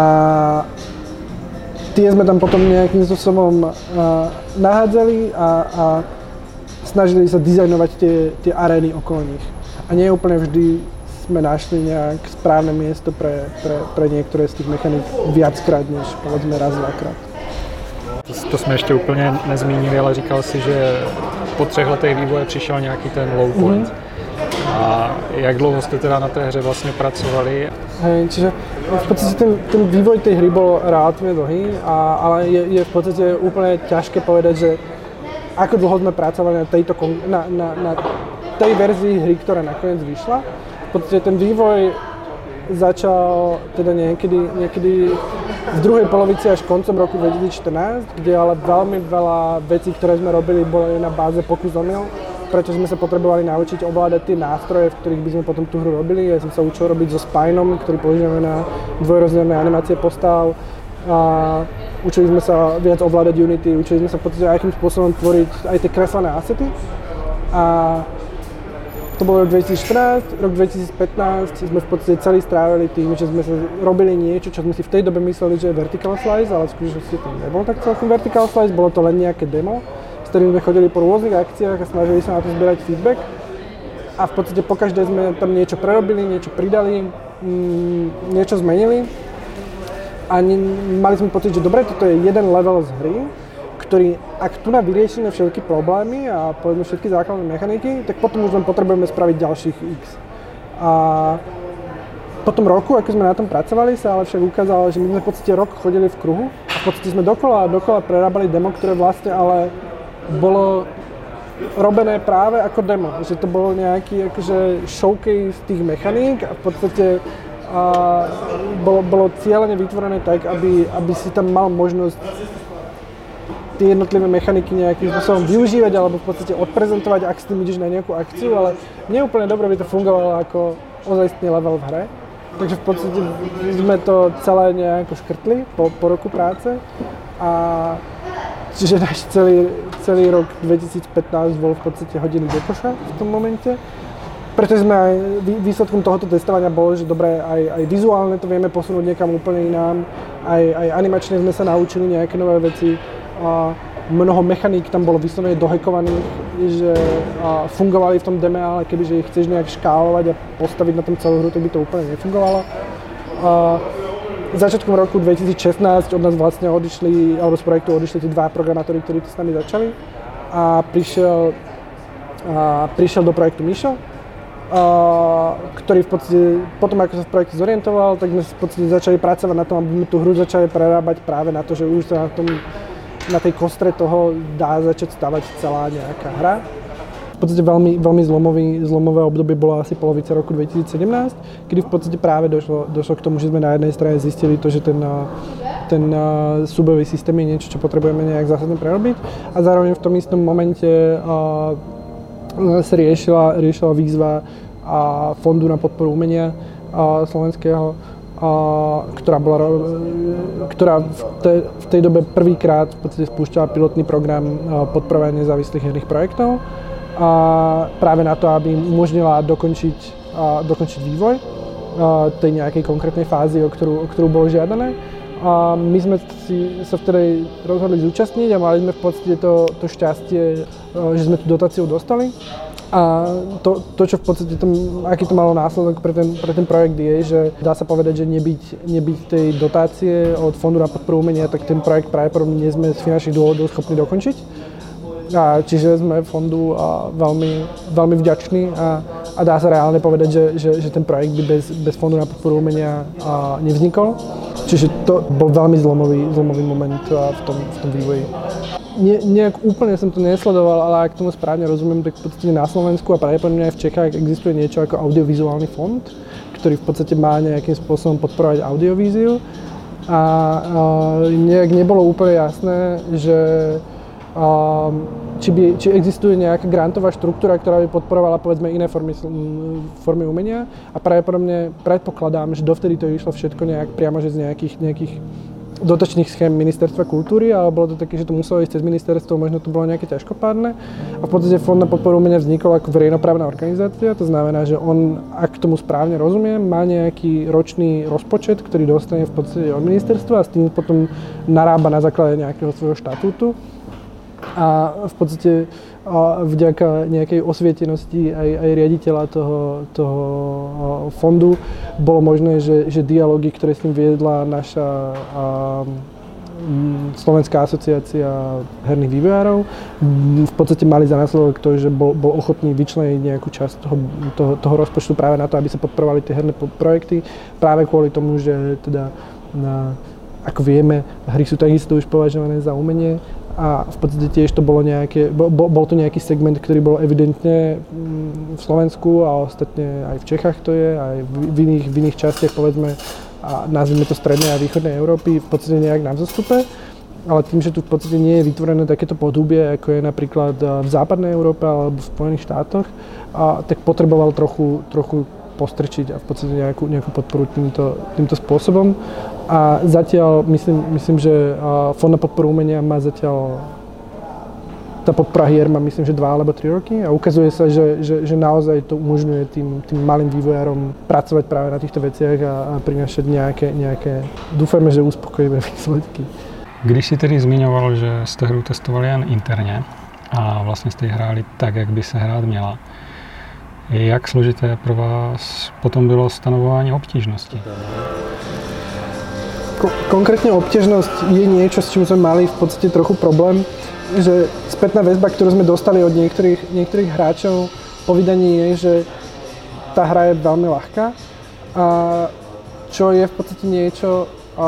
tie sme tam potom nejakým spôsobom nahádzali a snažili sa dizajnovať tie arény okolo nich. A nie úplne vždy sme našli nejak správne miesto pre niektoré z tých mechanik viackrát, než povedzme raz, dvakrát. To jsme ještě úplně nezmínili, ale říkal si, že po 3 letech vývoje přišel nějaký ten low point. A jak dlouho jste teda na té hře vlastně pracovali? Hej, čiže v podstate ten vývoj tej hry bol relatívne dlhý, ale je v podstate úplne ťažké povedať, že ako dlho sme pracovali na tej verzii hry, ktorá nakoniec vyšla. V podstate ten vývoj začal teda niekedy v druhej polovici až koncom roku 2014, kde ale veľmi veľa vecí, ktoré sme robili, boli na báze pokus-omyl, prečo sme sa potrebovali naučiť ovládať tie nástroje, v ktorých by sme potom tú hru robili. Ja som sa učil robiť so Spinom, ktorý používame na dvojrozmerné animácie postav. Učili sme sa viac ovládať Unity, učili sme sa v podstate akým spôsobom tvoriť aj tie kreslené asety. A to bolo rok 2014, rok 2015 sme v podstate celý strávili tým, že sme sa robili niečo, čo sme si v tej dobe mysleli, že je vertical slice, ale v skutočnosti to nebol tak celkom vertical slice, bolo to len nejaké demo, s ktorým sme chodili po rôznych akciách a snažili sa na to zbierať feedback. A v podstate pokaždé sme tam niečo prerobili, niečo pridali, niečo zmenili. A mali sme pocit, že dobre, toto je jeden level z hry, ktorý, ak tu vyriešime všetky problémy a povedzme všetky základné mechaniky, tak potom už len potrebujeme spraviť ďalších X. A po tom roku, ako sme na tom pracovali, sa ale však ukázalo, že my sme v podstate rok chodili v kruhu a v podstate sme dokola prerábali demo, ktoré vlastne ale bolo robené práve ako demo. Že to bolo nejaký akože showcase tých mechaník a v podstate bolo cieľene vytvorené tak, aby si tam mal možnosť tie jednotlivé mechaniky nejakým spôsobom využívať alebo v podstate odprezentovať, ak s tým ideš na nejakú akciu, ale nie úplne dobre by to fungovalo ako ozajstný level v hre. Takže v podstate sme to celé nejako škrtli po roku práce a čiže náš celý rok 2015 bol v podstate hodený do koša v tom momente. Preto sme aj výsledkom tohoto testovania bolo, že dobre, aj vizuálne to vieme posunúť niekam úplne inám, aj animačne sme sa naučili nejaké nové veci. A mnoho mechaník tam bolo vyslovene dohekovaných, že fungovali v tom deme, ale kebyže ich chceš nejak škálovať a postaviť na tom celú hru, tak by to úplne nefungovalo. Začiatkom roku 2016 od nás vlastne odišli, alebo z projektu odišli tí 2 programátori, ktorí tu s nami začali a prišiel do projektu Mišo, ktorý v podstate, potom ako sa v projekte zorientoval, tak sme v podstate začali pracovať na tom, aby sme tú hru začali prerábať práve na to, že už sa na tej kostre toho dá začať stavať celá nejaká hra. V podstate veľmi zlomové obdobie bolo asi polovica roku 2017, kedy v podstate práve došlo k tomu, že sme na jednej strane zistili to, že ten súbojový systém je niečo, čo potrebujeme nejak zásadne prerobiť a zároveň v tom istom momente sa riešila výzva Fondu na podporu umenia slovenského, ktorá v tej dobe prvýkrát v podstate spúšťala pilotný program podporovania nezávislých herných projektov a práve na to, aby im umožnila dokončiť vývoj tej nejakej konkrétnej fázy, o ktorú bolo žiadané. A my sme sa vtedy rozhodli zúčastniť a mali sme v podstate to šťastie, že sme tú dotáciu dostali. A to, čo v podstate aký to malo následok pre ten projekt je, že dá sa povedať, že nebyť tej dotácie od Fondu na podporu umenia, tak ten projekt pravdepodobne nie sme z finančných dôvodov schopní dokončiť. Čiže sme fondu veľmi, veľmi vďační a dá sa reálne povedať, že ten projekt by bez Fondu na podporu umenia nevznikol. Čiže to bol veľmi zlomový moment v tom vývoji. Nejak úplne som to nesledoval, ale ak tomu správne rozumiem, tak v podstate na Slovensku a pravdepodobne aj v Čechách existuje niečo ako audiovizuálny fond, ktorý v podstate má nejakým spôsobom podporovať audiovíziu. A nejak nebolo úplne jasné, že či existuje nejaká grantová štruktúra, ktorá by podporovala povedzme iné formy umenia a pravdepodobne predpokladám, že dovtedy to išlo všetko nejak priamo že z nejakých dotačných schém Ministerstva kultúry, ale bolo to také, že to muselo ísť cez ministerstvo, možno to bolo nejaké ťažkopádne. A v podstate Fond na podporu umenia vznikol ako verejnoprávna organizácia, to znamená, že on, ak tomu správne rozumiem, má nejaký ročný rozpočet, ktorý dostane v podstate od ministerstva a s tým potom narába na základe nejakého svojho štatútu. A v podstate vďaka nejakej osvietenosti aj riaditeľa toho fondu bolo možné, že dialógy, ktoré s ním viedla naša Slovenská asociácia herných vývojárov, v podstate mali za následok to, že bol ochotný vyčleniť nejakú časť toho rozpočtu práve na to, aby sa podporovali tie herné projekty, práve kvôli tomu, že teda ako vieme, hry sú takisto už považované za umenie. A v podstate tiež to bolo bol to nejaký segment, ktorý bol evidentne v Slovensku a ostatne aj v Čechách to je, aj v iných častiach, povedzme, a nazvime to strednej a východnej Európy, v podstate nejak na vzostupe. Ale tým, že tu v podstate nie je vytvorené takéto podhubie, ako je napríklad v západnej Európe alebo v Spojených štátoch, tak potreboval trochu postrčiť a v podstate nejakú podporu týmto spôsobom. A zatiaľ myslím, že Fond na podporu umenia má zatiaľ, tá podpora hier má myslím, že 2 alebo 3 roky a ukazuje sa, že naozaj to umožňuje tým malým vývojárom pracovať práve na týchto veciach a prinášať nejaké dúfajme, že uspokojivé výsledky. Když si tedy zmiňoval, že jste hru testovali jen interně a vlastně jste ji hráli tak, jak by se hrát měla, jak složité pro vás potom bylo stanovování obtížnosti? Konkrétne obťažnosť je niečo, s čím sme mali v podstate trochu problém, že spätná väzba, ktorú sme dostali od niektorých hráčov po vydaní je, že tá hra je veľmi ľahká, čo je v podstate niečo,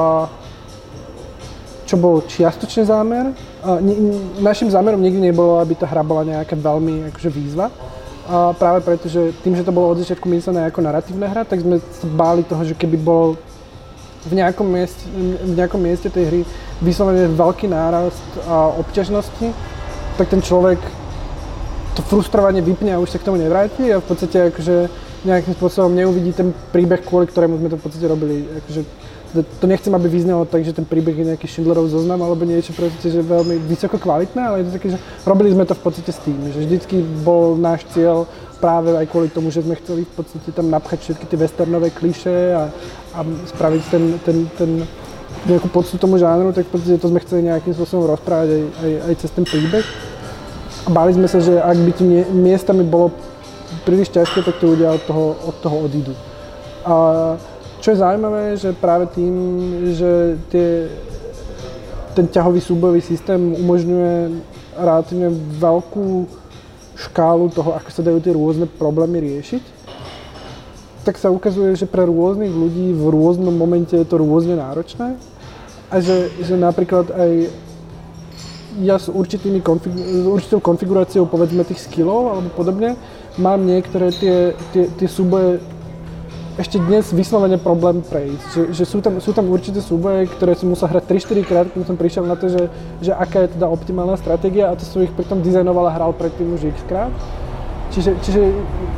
čo bol čiastočný zámer. Našim zámerom nikdy nebolo, aby tá hra bola nejaká veľmi akože výzva. Práve preto, že tým, že to bolo od začiatku myslené ako naratívna hra, tak sme sa báli toho, že keby bol v nejakom mieste tej hry vyslovene veľký nárast obťažnosti, tak ten človek to frustrovanie vypne a už sa k tomu nevráti a v podstate akože nejakým spôsobom neuvidí ten príbeh, kvôli ktorému sme to v podstate robili. Akože, to nechcem, aby vyznelo tak, že ten príbeh je nejaký Schindlerov zoznam alebo niečo proste, že veľmi vysoko kvalitné, ale je to také, že robili sme to v podstate s tým, že vždycky bol náš cieľ práve aj kvôli tomu, že sme chceli v podstate tam napchať všetky tie westernové klišé a spraviť ten nejakú poctu tomu žánru, tak v podstate to sme chceli nejakým spôsobom rozprávať aj cez ten príbeh. A báli sme sa, že ak by tým miestami bolo príliš ťažké, tak tí ľudia od toho odídu. A čo je zaujímavé, že práve tým, že ten ťahový súbojový systém umožňuje relatívne veľkú škálu toho, ako sa dajú tie rôzne problémy riešiť, tak sa ukazuje, že pre rôznych ľudí v rôznom momente je to rôzne náročné a že napríklad aj ja s určitou konfiguráciou povedzme tých skillov alebo podobne mám niektoré tie súboje ešte dnes vyslovene problém prejsť. Že sú tam určité súboje, ktoré som musel hrať 3-4 krát, keď som prišiel na to, že aká je teda optimálna stratégia a to som ich pritom dizajnoval a hral predtým už x krát. Čiže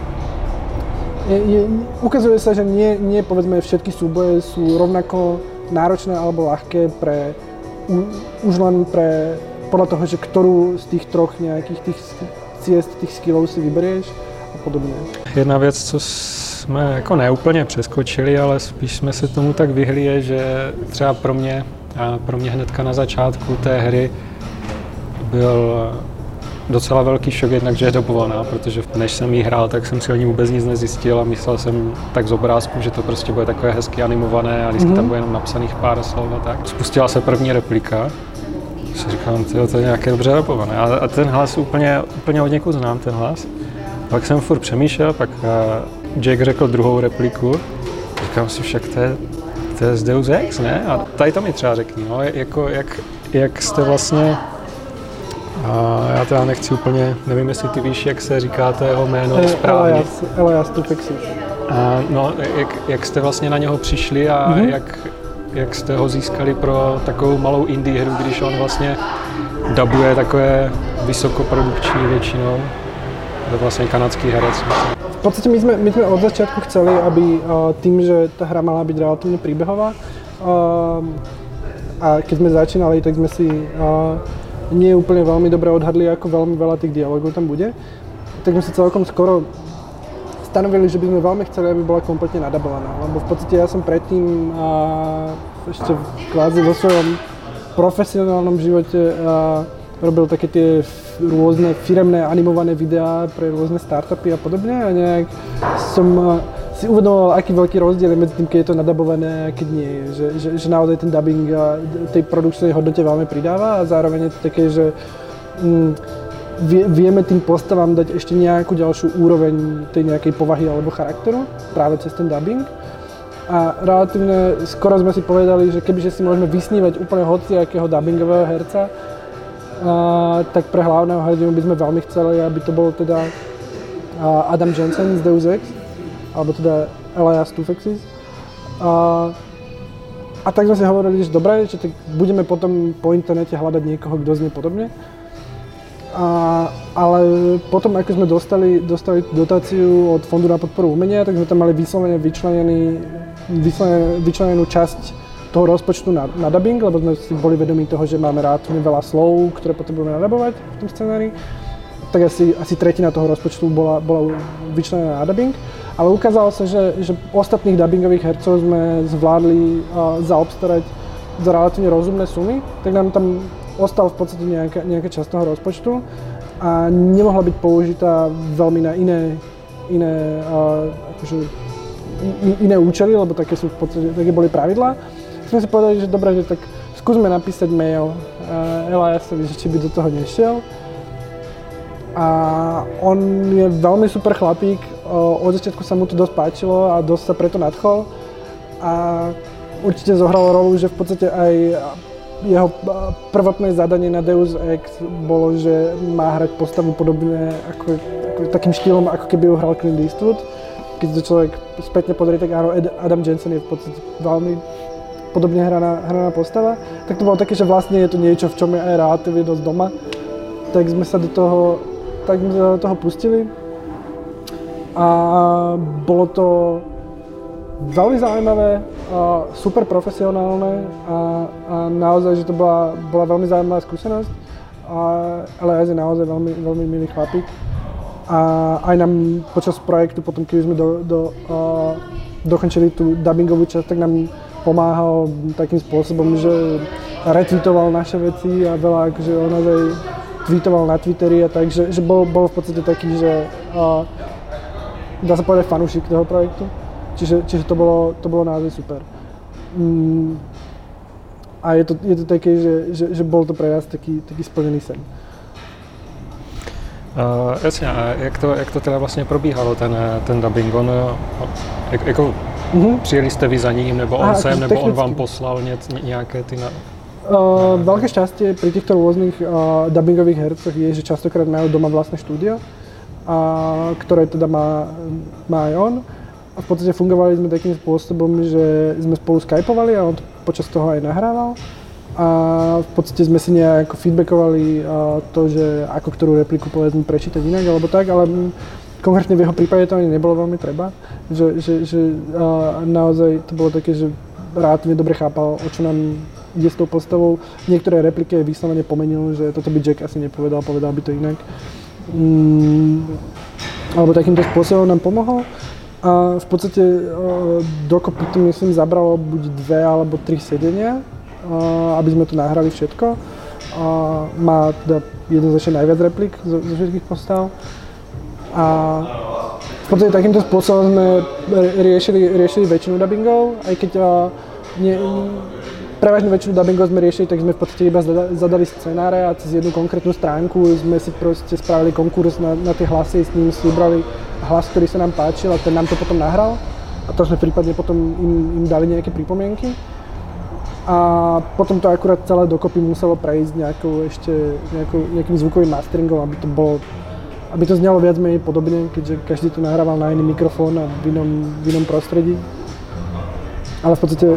ukazuje sa, že nie povedzme všetky súboje sú rovnako náročné alebo ľahké už len podľa toho, že ktorú z tých troch nejakých tých ciest, tých skillov si vyberieš a podobne. Jedna věc, co jsme jako neúplně přeskočili, ale spíš jsme se tomu tak vyhli, je, že třeba pro mě hnedka na začátku té hry byl docela velký šok jednak, že je dobovaná, protože než jsem jí hrál, tak jsem si o ní vůbec nic nezjistil a myslel jsem tak z obrázku, že to prostě bude takové hezky animované a vždycky tam bude jenom napsaných pár slov a tak. Spustila se první replika, si říkám, to je nějaké dobře dobované a ten hlas úplně od někud znám, ten hlas. Pak jsem furt přemýšlel, pak Jack řekl druhou repliku, říkám si však to je z Deus Ex, ne? A tady to mi třeba řekni, no, jako jak jste vlastně, já teda nechci úplně, nevím, jestli ty víš, jak se říká to jeho jméno správně. Elias Toufexis. No, jak jste vlastně na něho přišli a jak jste ho získali pro takovou malou indie hru, když on vlastně dabuje takové vysokoprodukční většinou, to vlastně kanadský herec. V podstate my sme od začiatku chceli, aby tým, že tá hra mala byť relatívne príbehová a keď sme začínali, tak sme si nie úplne veľmi dobre odhadli, ako veľmi veľa tých dialogov tam bude. Tak sme si celkom skoro stanovili, že by sme veľmi chceli, aby bola kompletne nadabovaná, lebo v podstate ja som predtým ešte kvázi vo svojom profesionálnom živote robil také tie rôzne firemné animované videá pre rôzne startupy a podobne a nejak som si uvedomoval, aký veľký rozdiel je medzi tým, keď je to nadabované a keď nie je. Že naozaj ten dubbing tej produkčnej hodnote veľmi pridáva a zároveň je to také, že vieme tým postavám dať ešte nejakú ďalšiu úroveň tej nejakej povahy alebo charakteru práve cez ten dubbing. A relatívne skoro sme si povedali, že kebyže si môžeme vysnívať úplne hociakého dubbingového herca, tak pre hlavného hrdinu by sme veľmi chceli, aby to bol teda Adam Jensen z Deus Ex, alebo teda Elias Toufexis. A tak sme si hovorili, že dobre, že tak budeme potom po internete hľadať niekoho, kto znie podobne. Ale potom, ako sme dostali dotáciu od Fondu na podporu umenia, tak sme tam mali vyslovene vyčlenenú časť toho rozpočtu na dubbing, lebo sme si boli vedomí toho, že máme relatívne veľa slov, ktoré potrebujeme nadabovať v tom scenári. Tak asi tretina toho rozpočtu bola vyčlenená na dubbing. Ale ukázalo sa, že ostatných dubbingových hercov sme zvládli zaobstarať za relatívne rozumné sumy, tak nám tam ostal v podstate nejaká časť toho rozpočtu a nemohla byť použitá veľmi na iné účely, lebo také sú v podstate, také boli pravidlá. Sme si povedali, že dobre, že tak skúsme napísať mail Eliasovi, že či by do toho nešiel. A on je veľmi super chlapík, od začiatku sa mu to dosť páčilo a dosť sa preto nadchol. A určite zohralo rolu, že v podstate aj jeho prvotné zadanie na Deus Ex bolo, že má hrať postavu podobne ako takým štýlom, ako keby ju hral Clint Eastwood. Keď to človek spätne pozrie, tak áno, Adam Jensen je v podstate veľmi podobne hraná postava, tak to bolo také, že vlastne je to niečo, v čom je aj relatívne dosť doma. Tak sme sa do toho pustili a bolo to veľmi zaujímavé, super profesionálne a naozaj, že to bola veľmi zaujímavá skúsenosť. Ale je naozaj veľmi, veľmi milý chlapík. A aj nám počas projektu, potom keď sme dokončili tú dubbingovú časť, tak nám pomáhal takým spôsobom, že retweetoval naše veci a veľa akože on aj tweetoval na Twitteri a tak, že bol v podstate taký, že dá sa povedať fanúšik toho projektu. Čiže to bolo naozaj super. A je to také, že bol to pre nás taký splnený sen. Jasně, a jak to teda vlastně probíhalo, ten dubbing? Jako přijeli jste vy za ním, nebo on sem, nebo on vám poslal nějaké ty... Veľké šťastie pri týchto rôznych dubbingových hercoch je, že častokrát majú doma vlastné štúdio, ktoré teda má aj on. A v podstate fungovali sme takým spôsobom, že sme spolu skypovali a on to počas toho aj nahrával. A v podstate sme si nejako feedbackovali to, že ako ktorú repliku povedzme prečítať inak alebo tak, ale konkrétne v jeho prípade to ani nebolo veľmi treba, že naozaj to bolo také, že relatívne dobre chápal, o čo nám ide s tou postavou. Niektoré repliky vyslovene pomenil, že toto by Jack asi nepovedal, povedal by to inak. Alebo takýmto spôsobom nám pomohol. A v podstate dokopy to myslím zabralo buď 2 alebo 3 sedenia, aby sme to nahrali všetko. má teda jednoznačne najviac replik zo všetkých postav. A v podstate takýmto spôsobom sme riešili väčšinu dubbingov, aj keď prevažnú väčšinu dubbingov sme riešili, tak sme v podstate iba zadali scenáre a cez jednu konkrétnu stránku sme si proste spravili konkurs na tie hlasy, s nimi si vybrali hlas, ktorý sa nám páčil a ten nám to potom nahral. A to sme prípadne potom im dali nejaké pripomienky. A potom to akurát celé dokopy muselo prejsť nejakým zvukovým masteringom, aby to znelo viac menej podobne, keďže každý to nahrával na iný mikrofón a v inom prostredí. Ale v podstate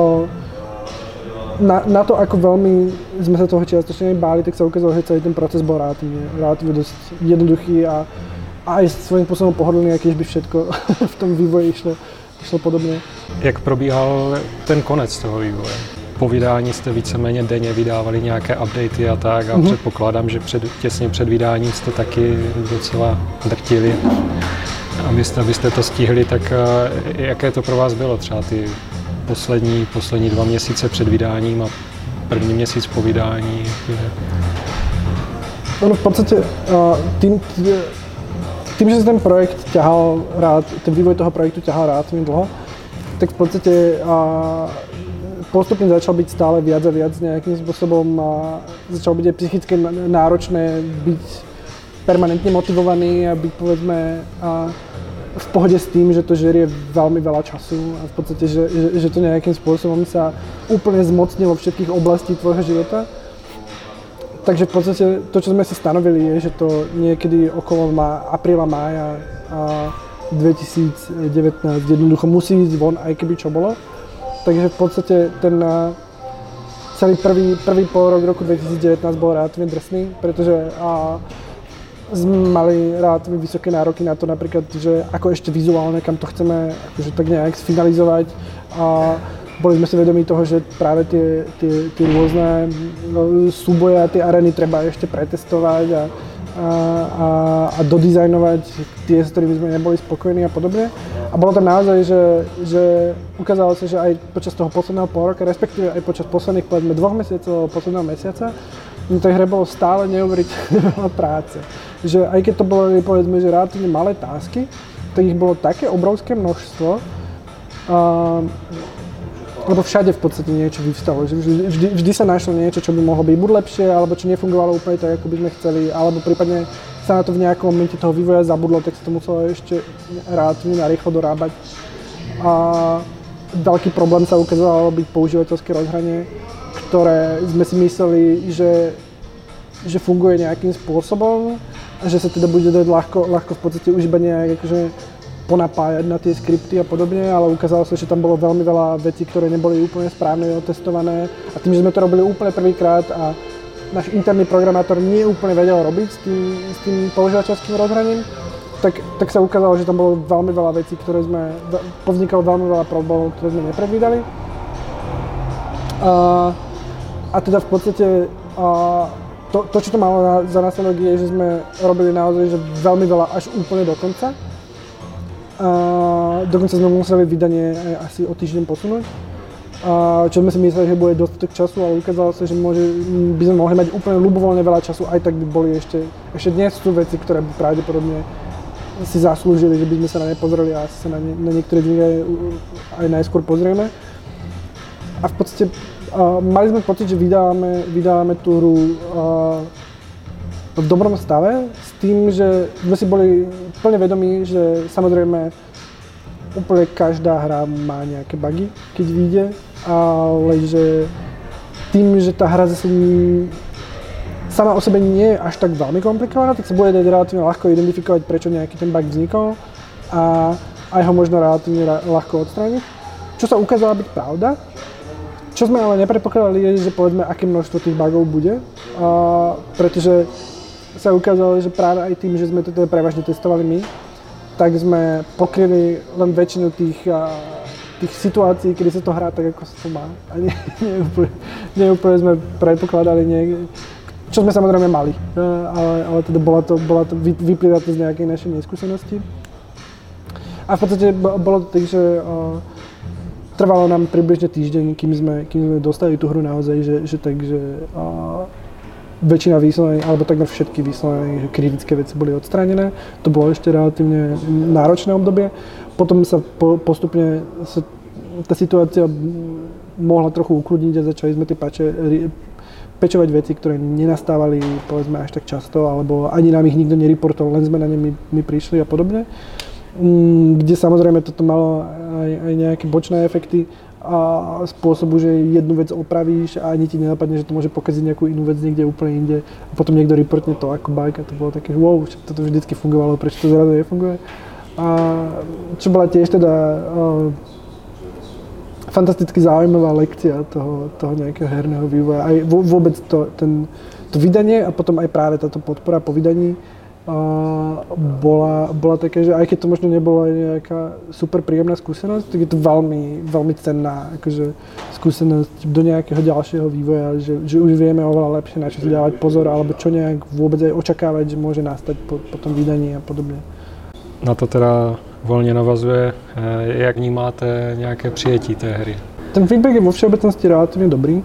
na to, ako veľmi sme sa toho čiastočne báli, tak sa ukázalo, že celý ten proces bol relatívne dosť jednoduchý a aj svojím spôsobom pohodlný, akýž by všetko v tom vývoji išlo podobně. Jak probíhal ten konec toho vývoje? Po vydání jste víceméně denně vydávali nějaké updaty a tak a předpokládám, že těsně před vydáním jste taky docela drtili. Abyste to stihli, tak jaké to pro vás bylo třeba ty poslední 2 měsíce před vydáním a první měsíc po vydání? No v podstate tým, že sa ten projekt ťahal ten vývoj toho projektu ťahal relatívne dlho, tak v podstate postupne začal byť stále viac a viac nejakým spôsobom začalo byť aj psychicky náročné byť permanentne motivovaný a byť povedzme v pohode s tým, že to žerie veľmi veľa času a v podstate, že to nejakým spôsobom sa úplne zmocnilo všetkých oblastí tvojho života. Takže v podstate to, čo sme si stanovili, je, že to niekedy okolo apríla, mája 2019 jednoducho musí ísť von, aj keby čo bolo. Takže v podstate ten celý prvý polrok roku 2019 bol relatívne drsný, pretože sme mali relatívne vysoké nároky na to napríklad, že ako ešte vizuálne, kam to chceme akože tak nejak sfinalizovať. Boli sme si vedomí toho, že práve tie rôzne súboje a tie arény treba ešte pretestovať a dodizajnovať tie, s ktorými sme neboli spokojní a podobne. A bolo tam naozaj, že ukázalo sa, že aj počas toho posledného pol roka, respektíve aj počas posledných povedzme 2 mesiacov, posledného mesiaca, v tej hre bolo stále neuveriteľne veľa práce. Že aj keď to bolo povedzme, že relatívne malé tásky, tak ich bolo také obrovské množstvo, lebo všade v podstate niečo vyvstalo, že vždy sa našlo niečo, čo by mohlo byť buď lepšie, alebo čo nefungovalo úplne tak, ako by sme chceli, alebo prípadne sa na to v nejakom momente toho vývoja zabudlo, tak sa to muselo ešte relatívne narýchlo dorábať. A veľký problém sa ukázalo byť používateľské rozhranie, ktoré sme si mysleli, že funguje nejakým spôsobom a že sa teda bude dať ľahko v podstate už iba nejak akože ponapájať na tie skripty a podobne, ale ukázalo sa, že tam bolo veľmi veľa vecí, ktoré neboli úplne správne otestované a tým, že sme to robili úplne prvýkrát a náš interný programátor nie úplne vedel robiť s tým používateľským rozhraním, tak sa ukázalo, že tam bolo veľmi veľa vecí, povznikalo veľmi veľa problémov, ktoré sme nepredvídali. A teda v podstate to, čo to malo za následok je, že sme robili naozaj že veľmi veľa až úplne do konca. Dokonca sme museli vydanie asi o týždeň posunúť, čo sme si mysleli, že bude dostatok času, ale ukázalo sa, že by sme mohli mať úplne ľubovoľne veľa času, aj tak by boli ešte dnes sú veci, ktoré by pravdepodobne si zaslúžili, že by sme sa na ne pozreli a asi sa na niektoré z nich aj najskôr pozrieme. A v podstate mali sme pocit, že vydávame tú hru v dobrom stave, s tým, že sme si boli plne vedomí, že samozrejme úplne každá hra má nejaké bugy, keď vyjde, ale že tým, že tá hra zase sama o sebe nie je až tak veľmi komplikovaná, tak sa bude dať relatívne ľahko identifikovať, prečo nejaký ten bug vznikol a aj ho možno relatívne ľahko odstrániť. Čo sa ukázala byť pravda. Čo sme ale nepredpokladali je, že povedzme, aké množstvo tých bugov bude, pretože sa ukázalo, že práve aj tým, že sme to teda prevažne testovali my, tak sme pokryli len väčšinu tých situácií, kedy sa to hrá tak, ako sa to má. A nie úplne sme predpokladali čo sme samozrejme mali, ale teda vyplýva to z nejakej našej neskúsenosti. A v podstate bolo to tak, že trvalo nám približne týždeň, kým sme dostali tú hru naozaj, že väčšina výsledných, alebo takmer všetky výsledné kritické veci boli odstránené. To bolo ešte relatívne náročné obdobie. Potom sa postupne tá situácia mohla trochu ukludniť a začali sme tie pečovať veci, ktoré nenastávali povedzme až tak často, alebo ani nám ich nikto nereportoval, len sme na ne my prišli a podobne. Kde samozrejme toto malo aj nejaké bočné efekty a spôsobu, že jednu vec opravíš a ani ti nenapadne, že to môže pokaziť nejakú inú vec niekde úplne inde a potom niekto reportne to ako bug a to bolo také, wow, toto vždycky fungovalo, prečo to zrazu nefunguje. A čo bola tiež teda fantasticky zaujímavá lekcia toho nejakého herného vývoja. Aj vôbec to vydanie a potom aj práve táto podpora po vydaní bola také, že aj keď to možno nebola nejaká super príjemná skúsenosť, tak je to veľmi, veľmi cenná akože skúsenosť do nejakého ďalšieho vývoja, že už vieme oveľa lepšie na čo si dávať pozor, alebo čo nejak vôbec aj očakávať, že môže nastať po tom vydaní a podobne. Na to teda volně navazuje, jak vnímáte nějaké přijetí té hry? Ten feedback je vo všeobecnosti relatívne dobrý.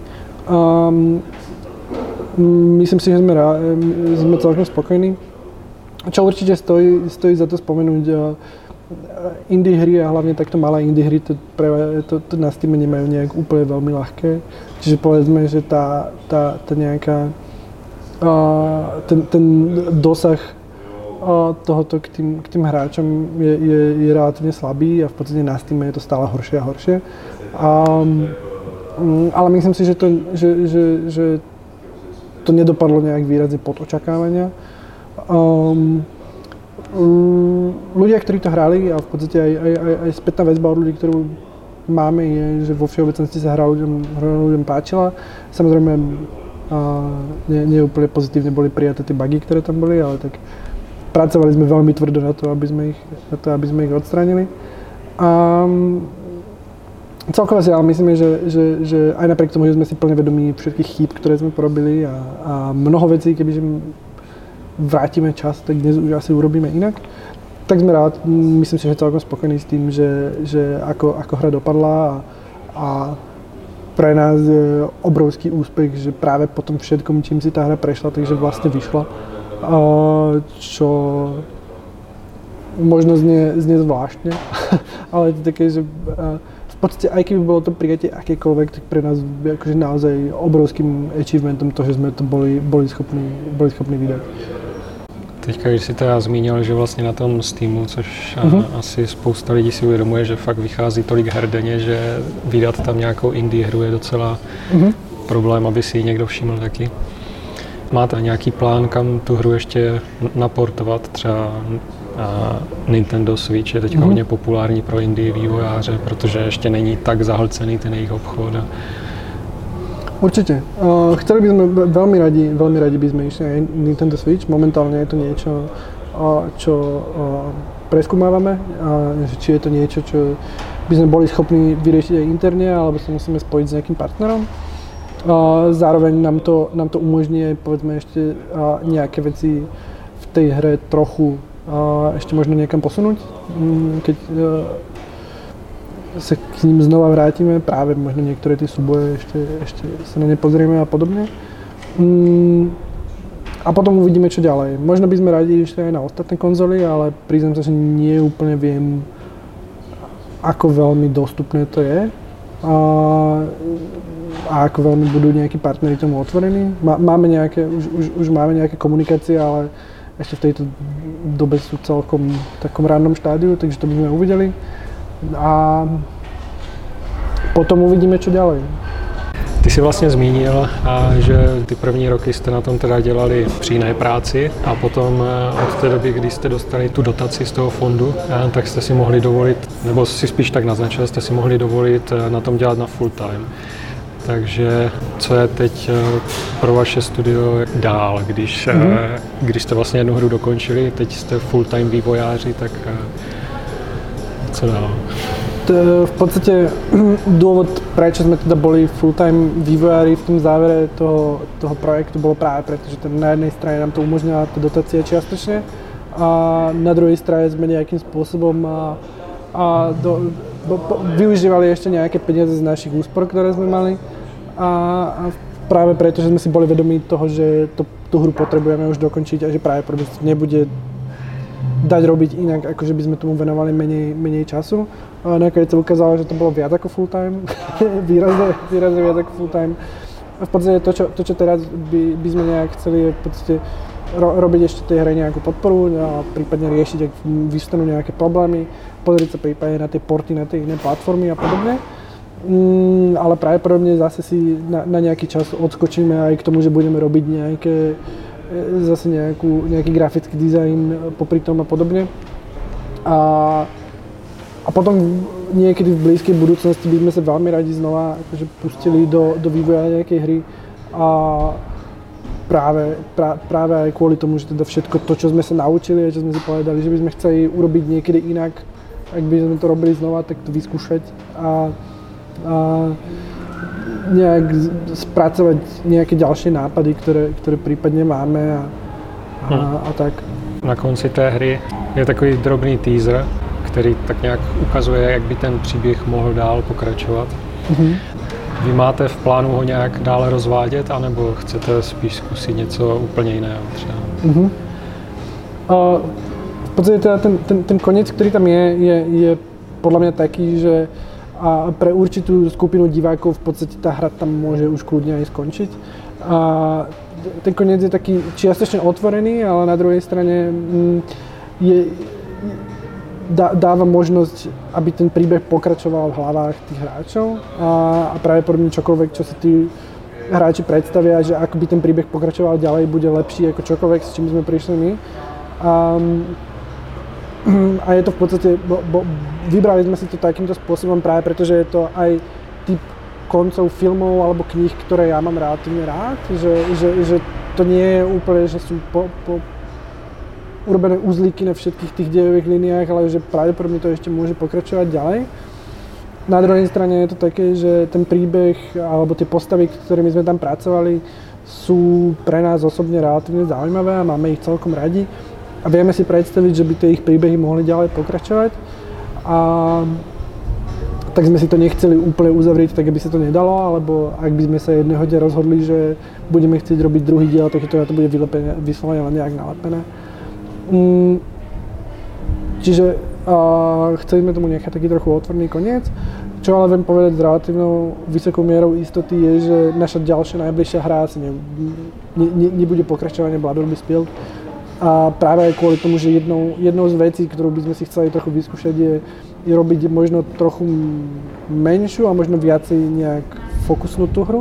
Myslím si, že sme celkom spokojní. Čo určite stojí za to spomenúť, indie hry a hlavne takto malé indie hry to na Steam nemajú nejak úplne veľmi ľahké. Čiže povedzme, že tá nejaká ten dosah tohoto k tým hráčom je relatívne slabý a v podstate na Steam je to stále horšie a horšie. Ale myslím si, že to nedopadlo nejak výrazne pod očakávania. Ľudia, ktorí to hrali a v podstate aj spätná väzba od ľudí, ktorú máme, je, že vo všeobecnosti sa hra ľuďom páčila. Samozrejme, nie úplne pozitívne boli prijaté tie bugy, ktoré tam boli, ale tak pracovali sme veľmi tvrdo na to, aby sme ich odstránili. Celkovo si ale myslíme, že aj napriek tomu, že sme si plne vedomí všetkých chýb, ktoré sme porobili a mnoho vecí, kebyže vrátime čas, tak dnes už asi urobíme inak. Tak sme myslím si, že celkom spokojní s tým, že ako hra dopadla a pre nás je obrovský úspech, že práve po tom všetkom, čím si tá hra prešla, takže vlastne vyšla. Čo možno znie zvláštne, ale je to také, že v podstate aj keby bolo to prijatie akékoľvek, tak pre nás je akože naozaj obrovským achievementom to, že sme to boli schopní vydať. Teďka, když si teda zmínil, že vlastně na tom Steamu, což asi spousta lidí si uvědomuje, že fakt vychází tolik her denně, že vydat tam nějakou indie hru je docela problém, aby si ji někdo všiml taky. Máte nějaký plán, kam tu hru ještě naportovat? Třeba Nintendo Switch je teď hodně populární pro indie vývojáře, protože ještě není tak zahlcený ten jejich obchod. Určite. Chceli by sme veľmi radi by sme išli aj Nintendo Switch. Momentálne je to niečo, čo preskúmávame. Či je to niečo, čo by sme boli schopní vyriešiť aj interne, alebo sa musíme spojiť s nejakým partnerom. Zároveň nám to umožní povedzme ešte nejaké veci v tej hre trochu ešte možno niekam posunúť, keď sa k ním znova vrátime, práve možno niektoré tie súboje ešte sa na ne pozrieme a podobne. A potom uvidíme, čo ďalej. Možno by sme radi išli aj na ostatné konzoly, ale priznám sa, že nie úplne viem, ako veľmi dostupné to je a ako veľmi budú nejakí partneri tomu otvorení. Už máme nejaké komunikácie, ale ešte v tejto dobe sú celkom v takom rannom štádiu, takže to by sme uvideli. A potom uvidíme, čo ďalej. Ty jsi vlastně zmínil, že ty první roky jste na tom teda dělali při jiné práci a potom od té doby, kdy jste dostali tu dotaci z toho fondu, tak jste si mohli dovolit, nebo si spíš tak naznačil, jste si mohli dovolit na tom dělat na full time. Takže co je teď pro vaše studio dál, když jste vlastně jednu hru dokončili, teď jste full time vývojáři, tak co dál? V podstate dôvod, prečo sme teda boli full-time vývojári v tom závere toho projektu, bolo práve preto, že na jednej strane nám to umožnila tá dotácia čiastočne a na druhej strane sme nejakým spôsobom využívali ešte nejaké peniaze z našich úspor, ktoré sme mali a v práve preto, že sme si boli vedomí toho, že tú hru potrebujeme už dokončiť a že práve nebude dať robiť inak, ako že by sme tomu venovali menej času. Nakoniec sa ukázalo, že to bolo viac ako full time, výrazne viac ako full time. V podstate to, čo teraz by sme nejak chceli, je v podstate robiť ešte tej hre nejakú podporu a prípadne riešiť, ak vystanú nejaké problémy, pozrieť sa prípadne na tie porty, na tie iné platformy a podobne. Ale pravdepodobne zase si na nejaký čas odskočíme aj k tomu, že budeme robiť nejaký grafický dizajn popri tom a podobne. A potom niekedy v blízkej budúcnosti by sme sa veľmi radi znova akože pustili do vývoja nejakej hry a práve aj kvôli tomu, že teda všetko to, čo sme sa naučili a čo sme si povedali, že by sme chceli urobiť niekedy inak, ak by sme to robili znova, tak to vyskúšať a nejak spracovať nejaké ďalšie nápady, ktoré prípadne máme a tak. Na konci té hry je takový drobný teaser, který tak nějak ukazuje, jak by ten příběh mohl dál pokračovat. Mm-hmm. Vy máte v plánu ho nějak dále rozvádět, anebo chcete spíš zkusit něco úplně jiného třeba? Mm-hmm. V podstate teda ten koniec, ktorý tam je podľa mňa taký, že a pre určitú skupinu divákov v podstate tá hra tam môže už kľudne aj skončiť. A ten koniec je taký čiastočne otvorený, ale na druhej strane dáva možnosť, aby ten príbeh pokračoval v hlavách tých hráčov a práve podľa mňa čokoľvek, čo si tí hráči predstavia, že ako by ten príbeh pokračoval ďalej, bude lepší ako čokoľvek, s čím sme prišli my. A je to v podstate, vybrali sme si to takýmto spôsobom práve preto, že je to aj typ koncov filmov alebo kníh, ktoré ja mám relatívne rád, že to nie je úplne, že sú urobené uzlíky na všetkých tých dejových liniách, ale že pravdepodobne to ešte môže pokračovať ďalej. Na druhej strane je to také, že ten príbeh alebo tie postavy, ktorými sme tam pracovali, sú pre nás osobne relatívne zaujímavé a máme ich celkom radi. A vieme si predstaviť, že by tie ich príbehy mohli ďalej pokračovať. A tak sme si to nechceli úplne uzavrieť, tak aby sa to nedalo, alebo ak by sme sa jedného dňa rozhodli, že budeme chcieť robiť druhý diel, tak to na to bude vyslovene len nejak nalepené. Čiže chceli sme tomu nechať taký trochu otvorný koniec. Čo ale viem povedať s relatívnou vysokou mierou istoty je, že naša ďalšia najbližšia hra asi nebude pokračovanie Blood Will Be Spilled. A práve aj kvôli tomu, že jednou z vecí, ktorú by sme si chceli trochu vyskúšať, je robiť možno trochu menšiu a možno viacej nejak fokusnú tú hru.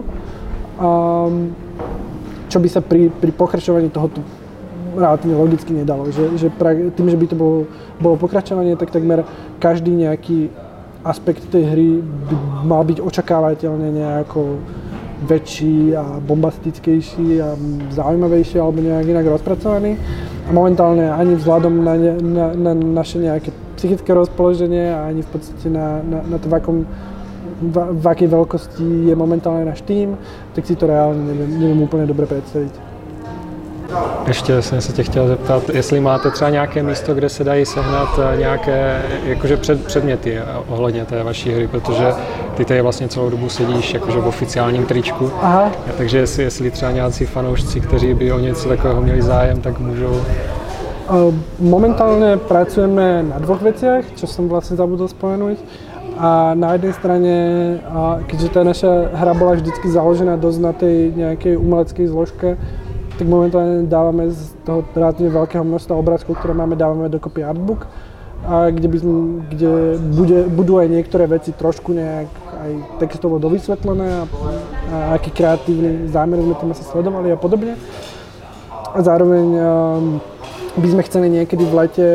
Čo by sa pri pokračovaní tohoto relatívne logicky nedalo. Že tým, že by to bolo pokračovanie, tak takmer každý nejaký aspekt tej hry by mal byť očakávateľne nejako väčší a bombastickejší a zaujímavejší alebo nejak inak rozpracovaný. A momentálne ani vzhľadom na naše nejaké psychické rozpoloženie a ani v podstate na to, v akej veľkosti je momentálne náš tým, tak si to reálne neviem úplne dobre predstaviť. Ještě jsem se tě chtěl zeptat, jestli máte třeba nějaké místo, kde se dají sehnat nějaké jakože předměty ohledně té vaší hry, protože ty tady vlastně celou dobu sedíš jakože v oficiálním tričku. Aha. Takže jestli třeba nějací fanoušci, kteří by o něco takového měli zájem, tak můžou... Momentálne pracujeme na dvoch veciach, čo som vlastne zabudol spomenúť. A na jednej strane, keďže tá naša hra bola vždycky založená dosť na tej nejakej umeleckej zložke, tak momentálne dávame z toho relatívne veľkého množstva obrázkov, ktoré máme, dávame dokopy artbook, kde budú aj niektoré veci trošku nejak aj textovo dovysvetlené a aký kreatívny zámer sme tým asi sledovali a podobne. A zároveň by sme chceli niekedy v lete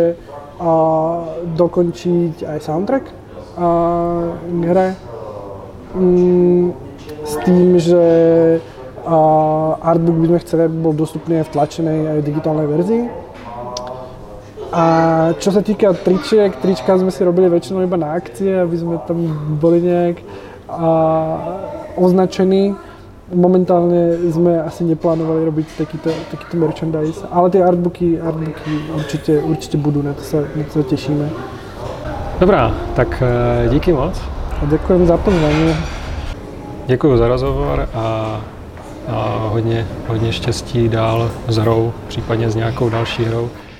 dokončiť aj soundtrack k hre s tým, že artbook by sme chceli, aby bol dostupný aj v tlačenej aj v digitálnej verzii. A čo sa týka trička sme si robili väčšinou iba na akcie, aby sme tam boli nejak označení. Momentálne sme asi neplánovali robiť takýto merchandise, ale tie artbooky určite budú, na to sa tešíme. Dobrá, tak díky moc. A ďakujem za pozvanie. Děkuji za rozhovor a a hodně štěstí dál s hrou, případně s nějakou další hrou.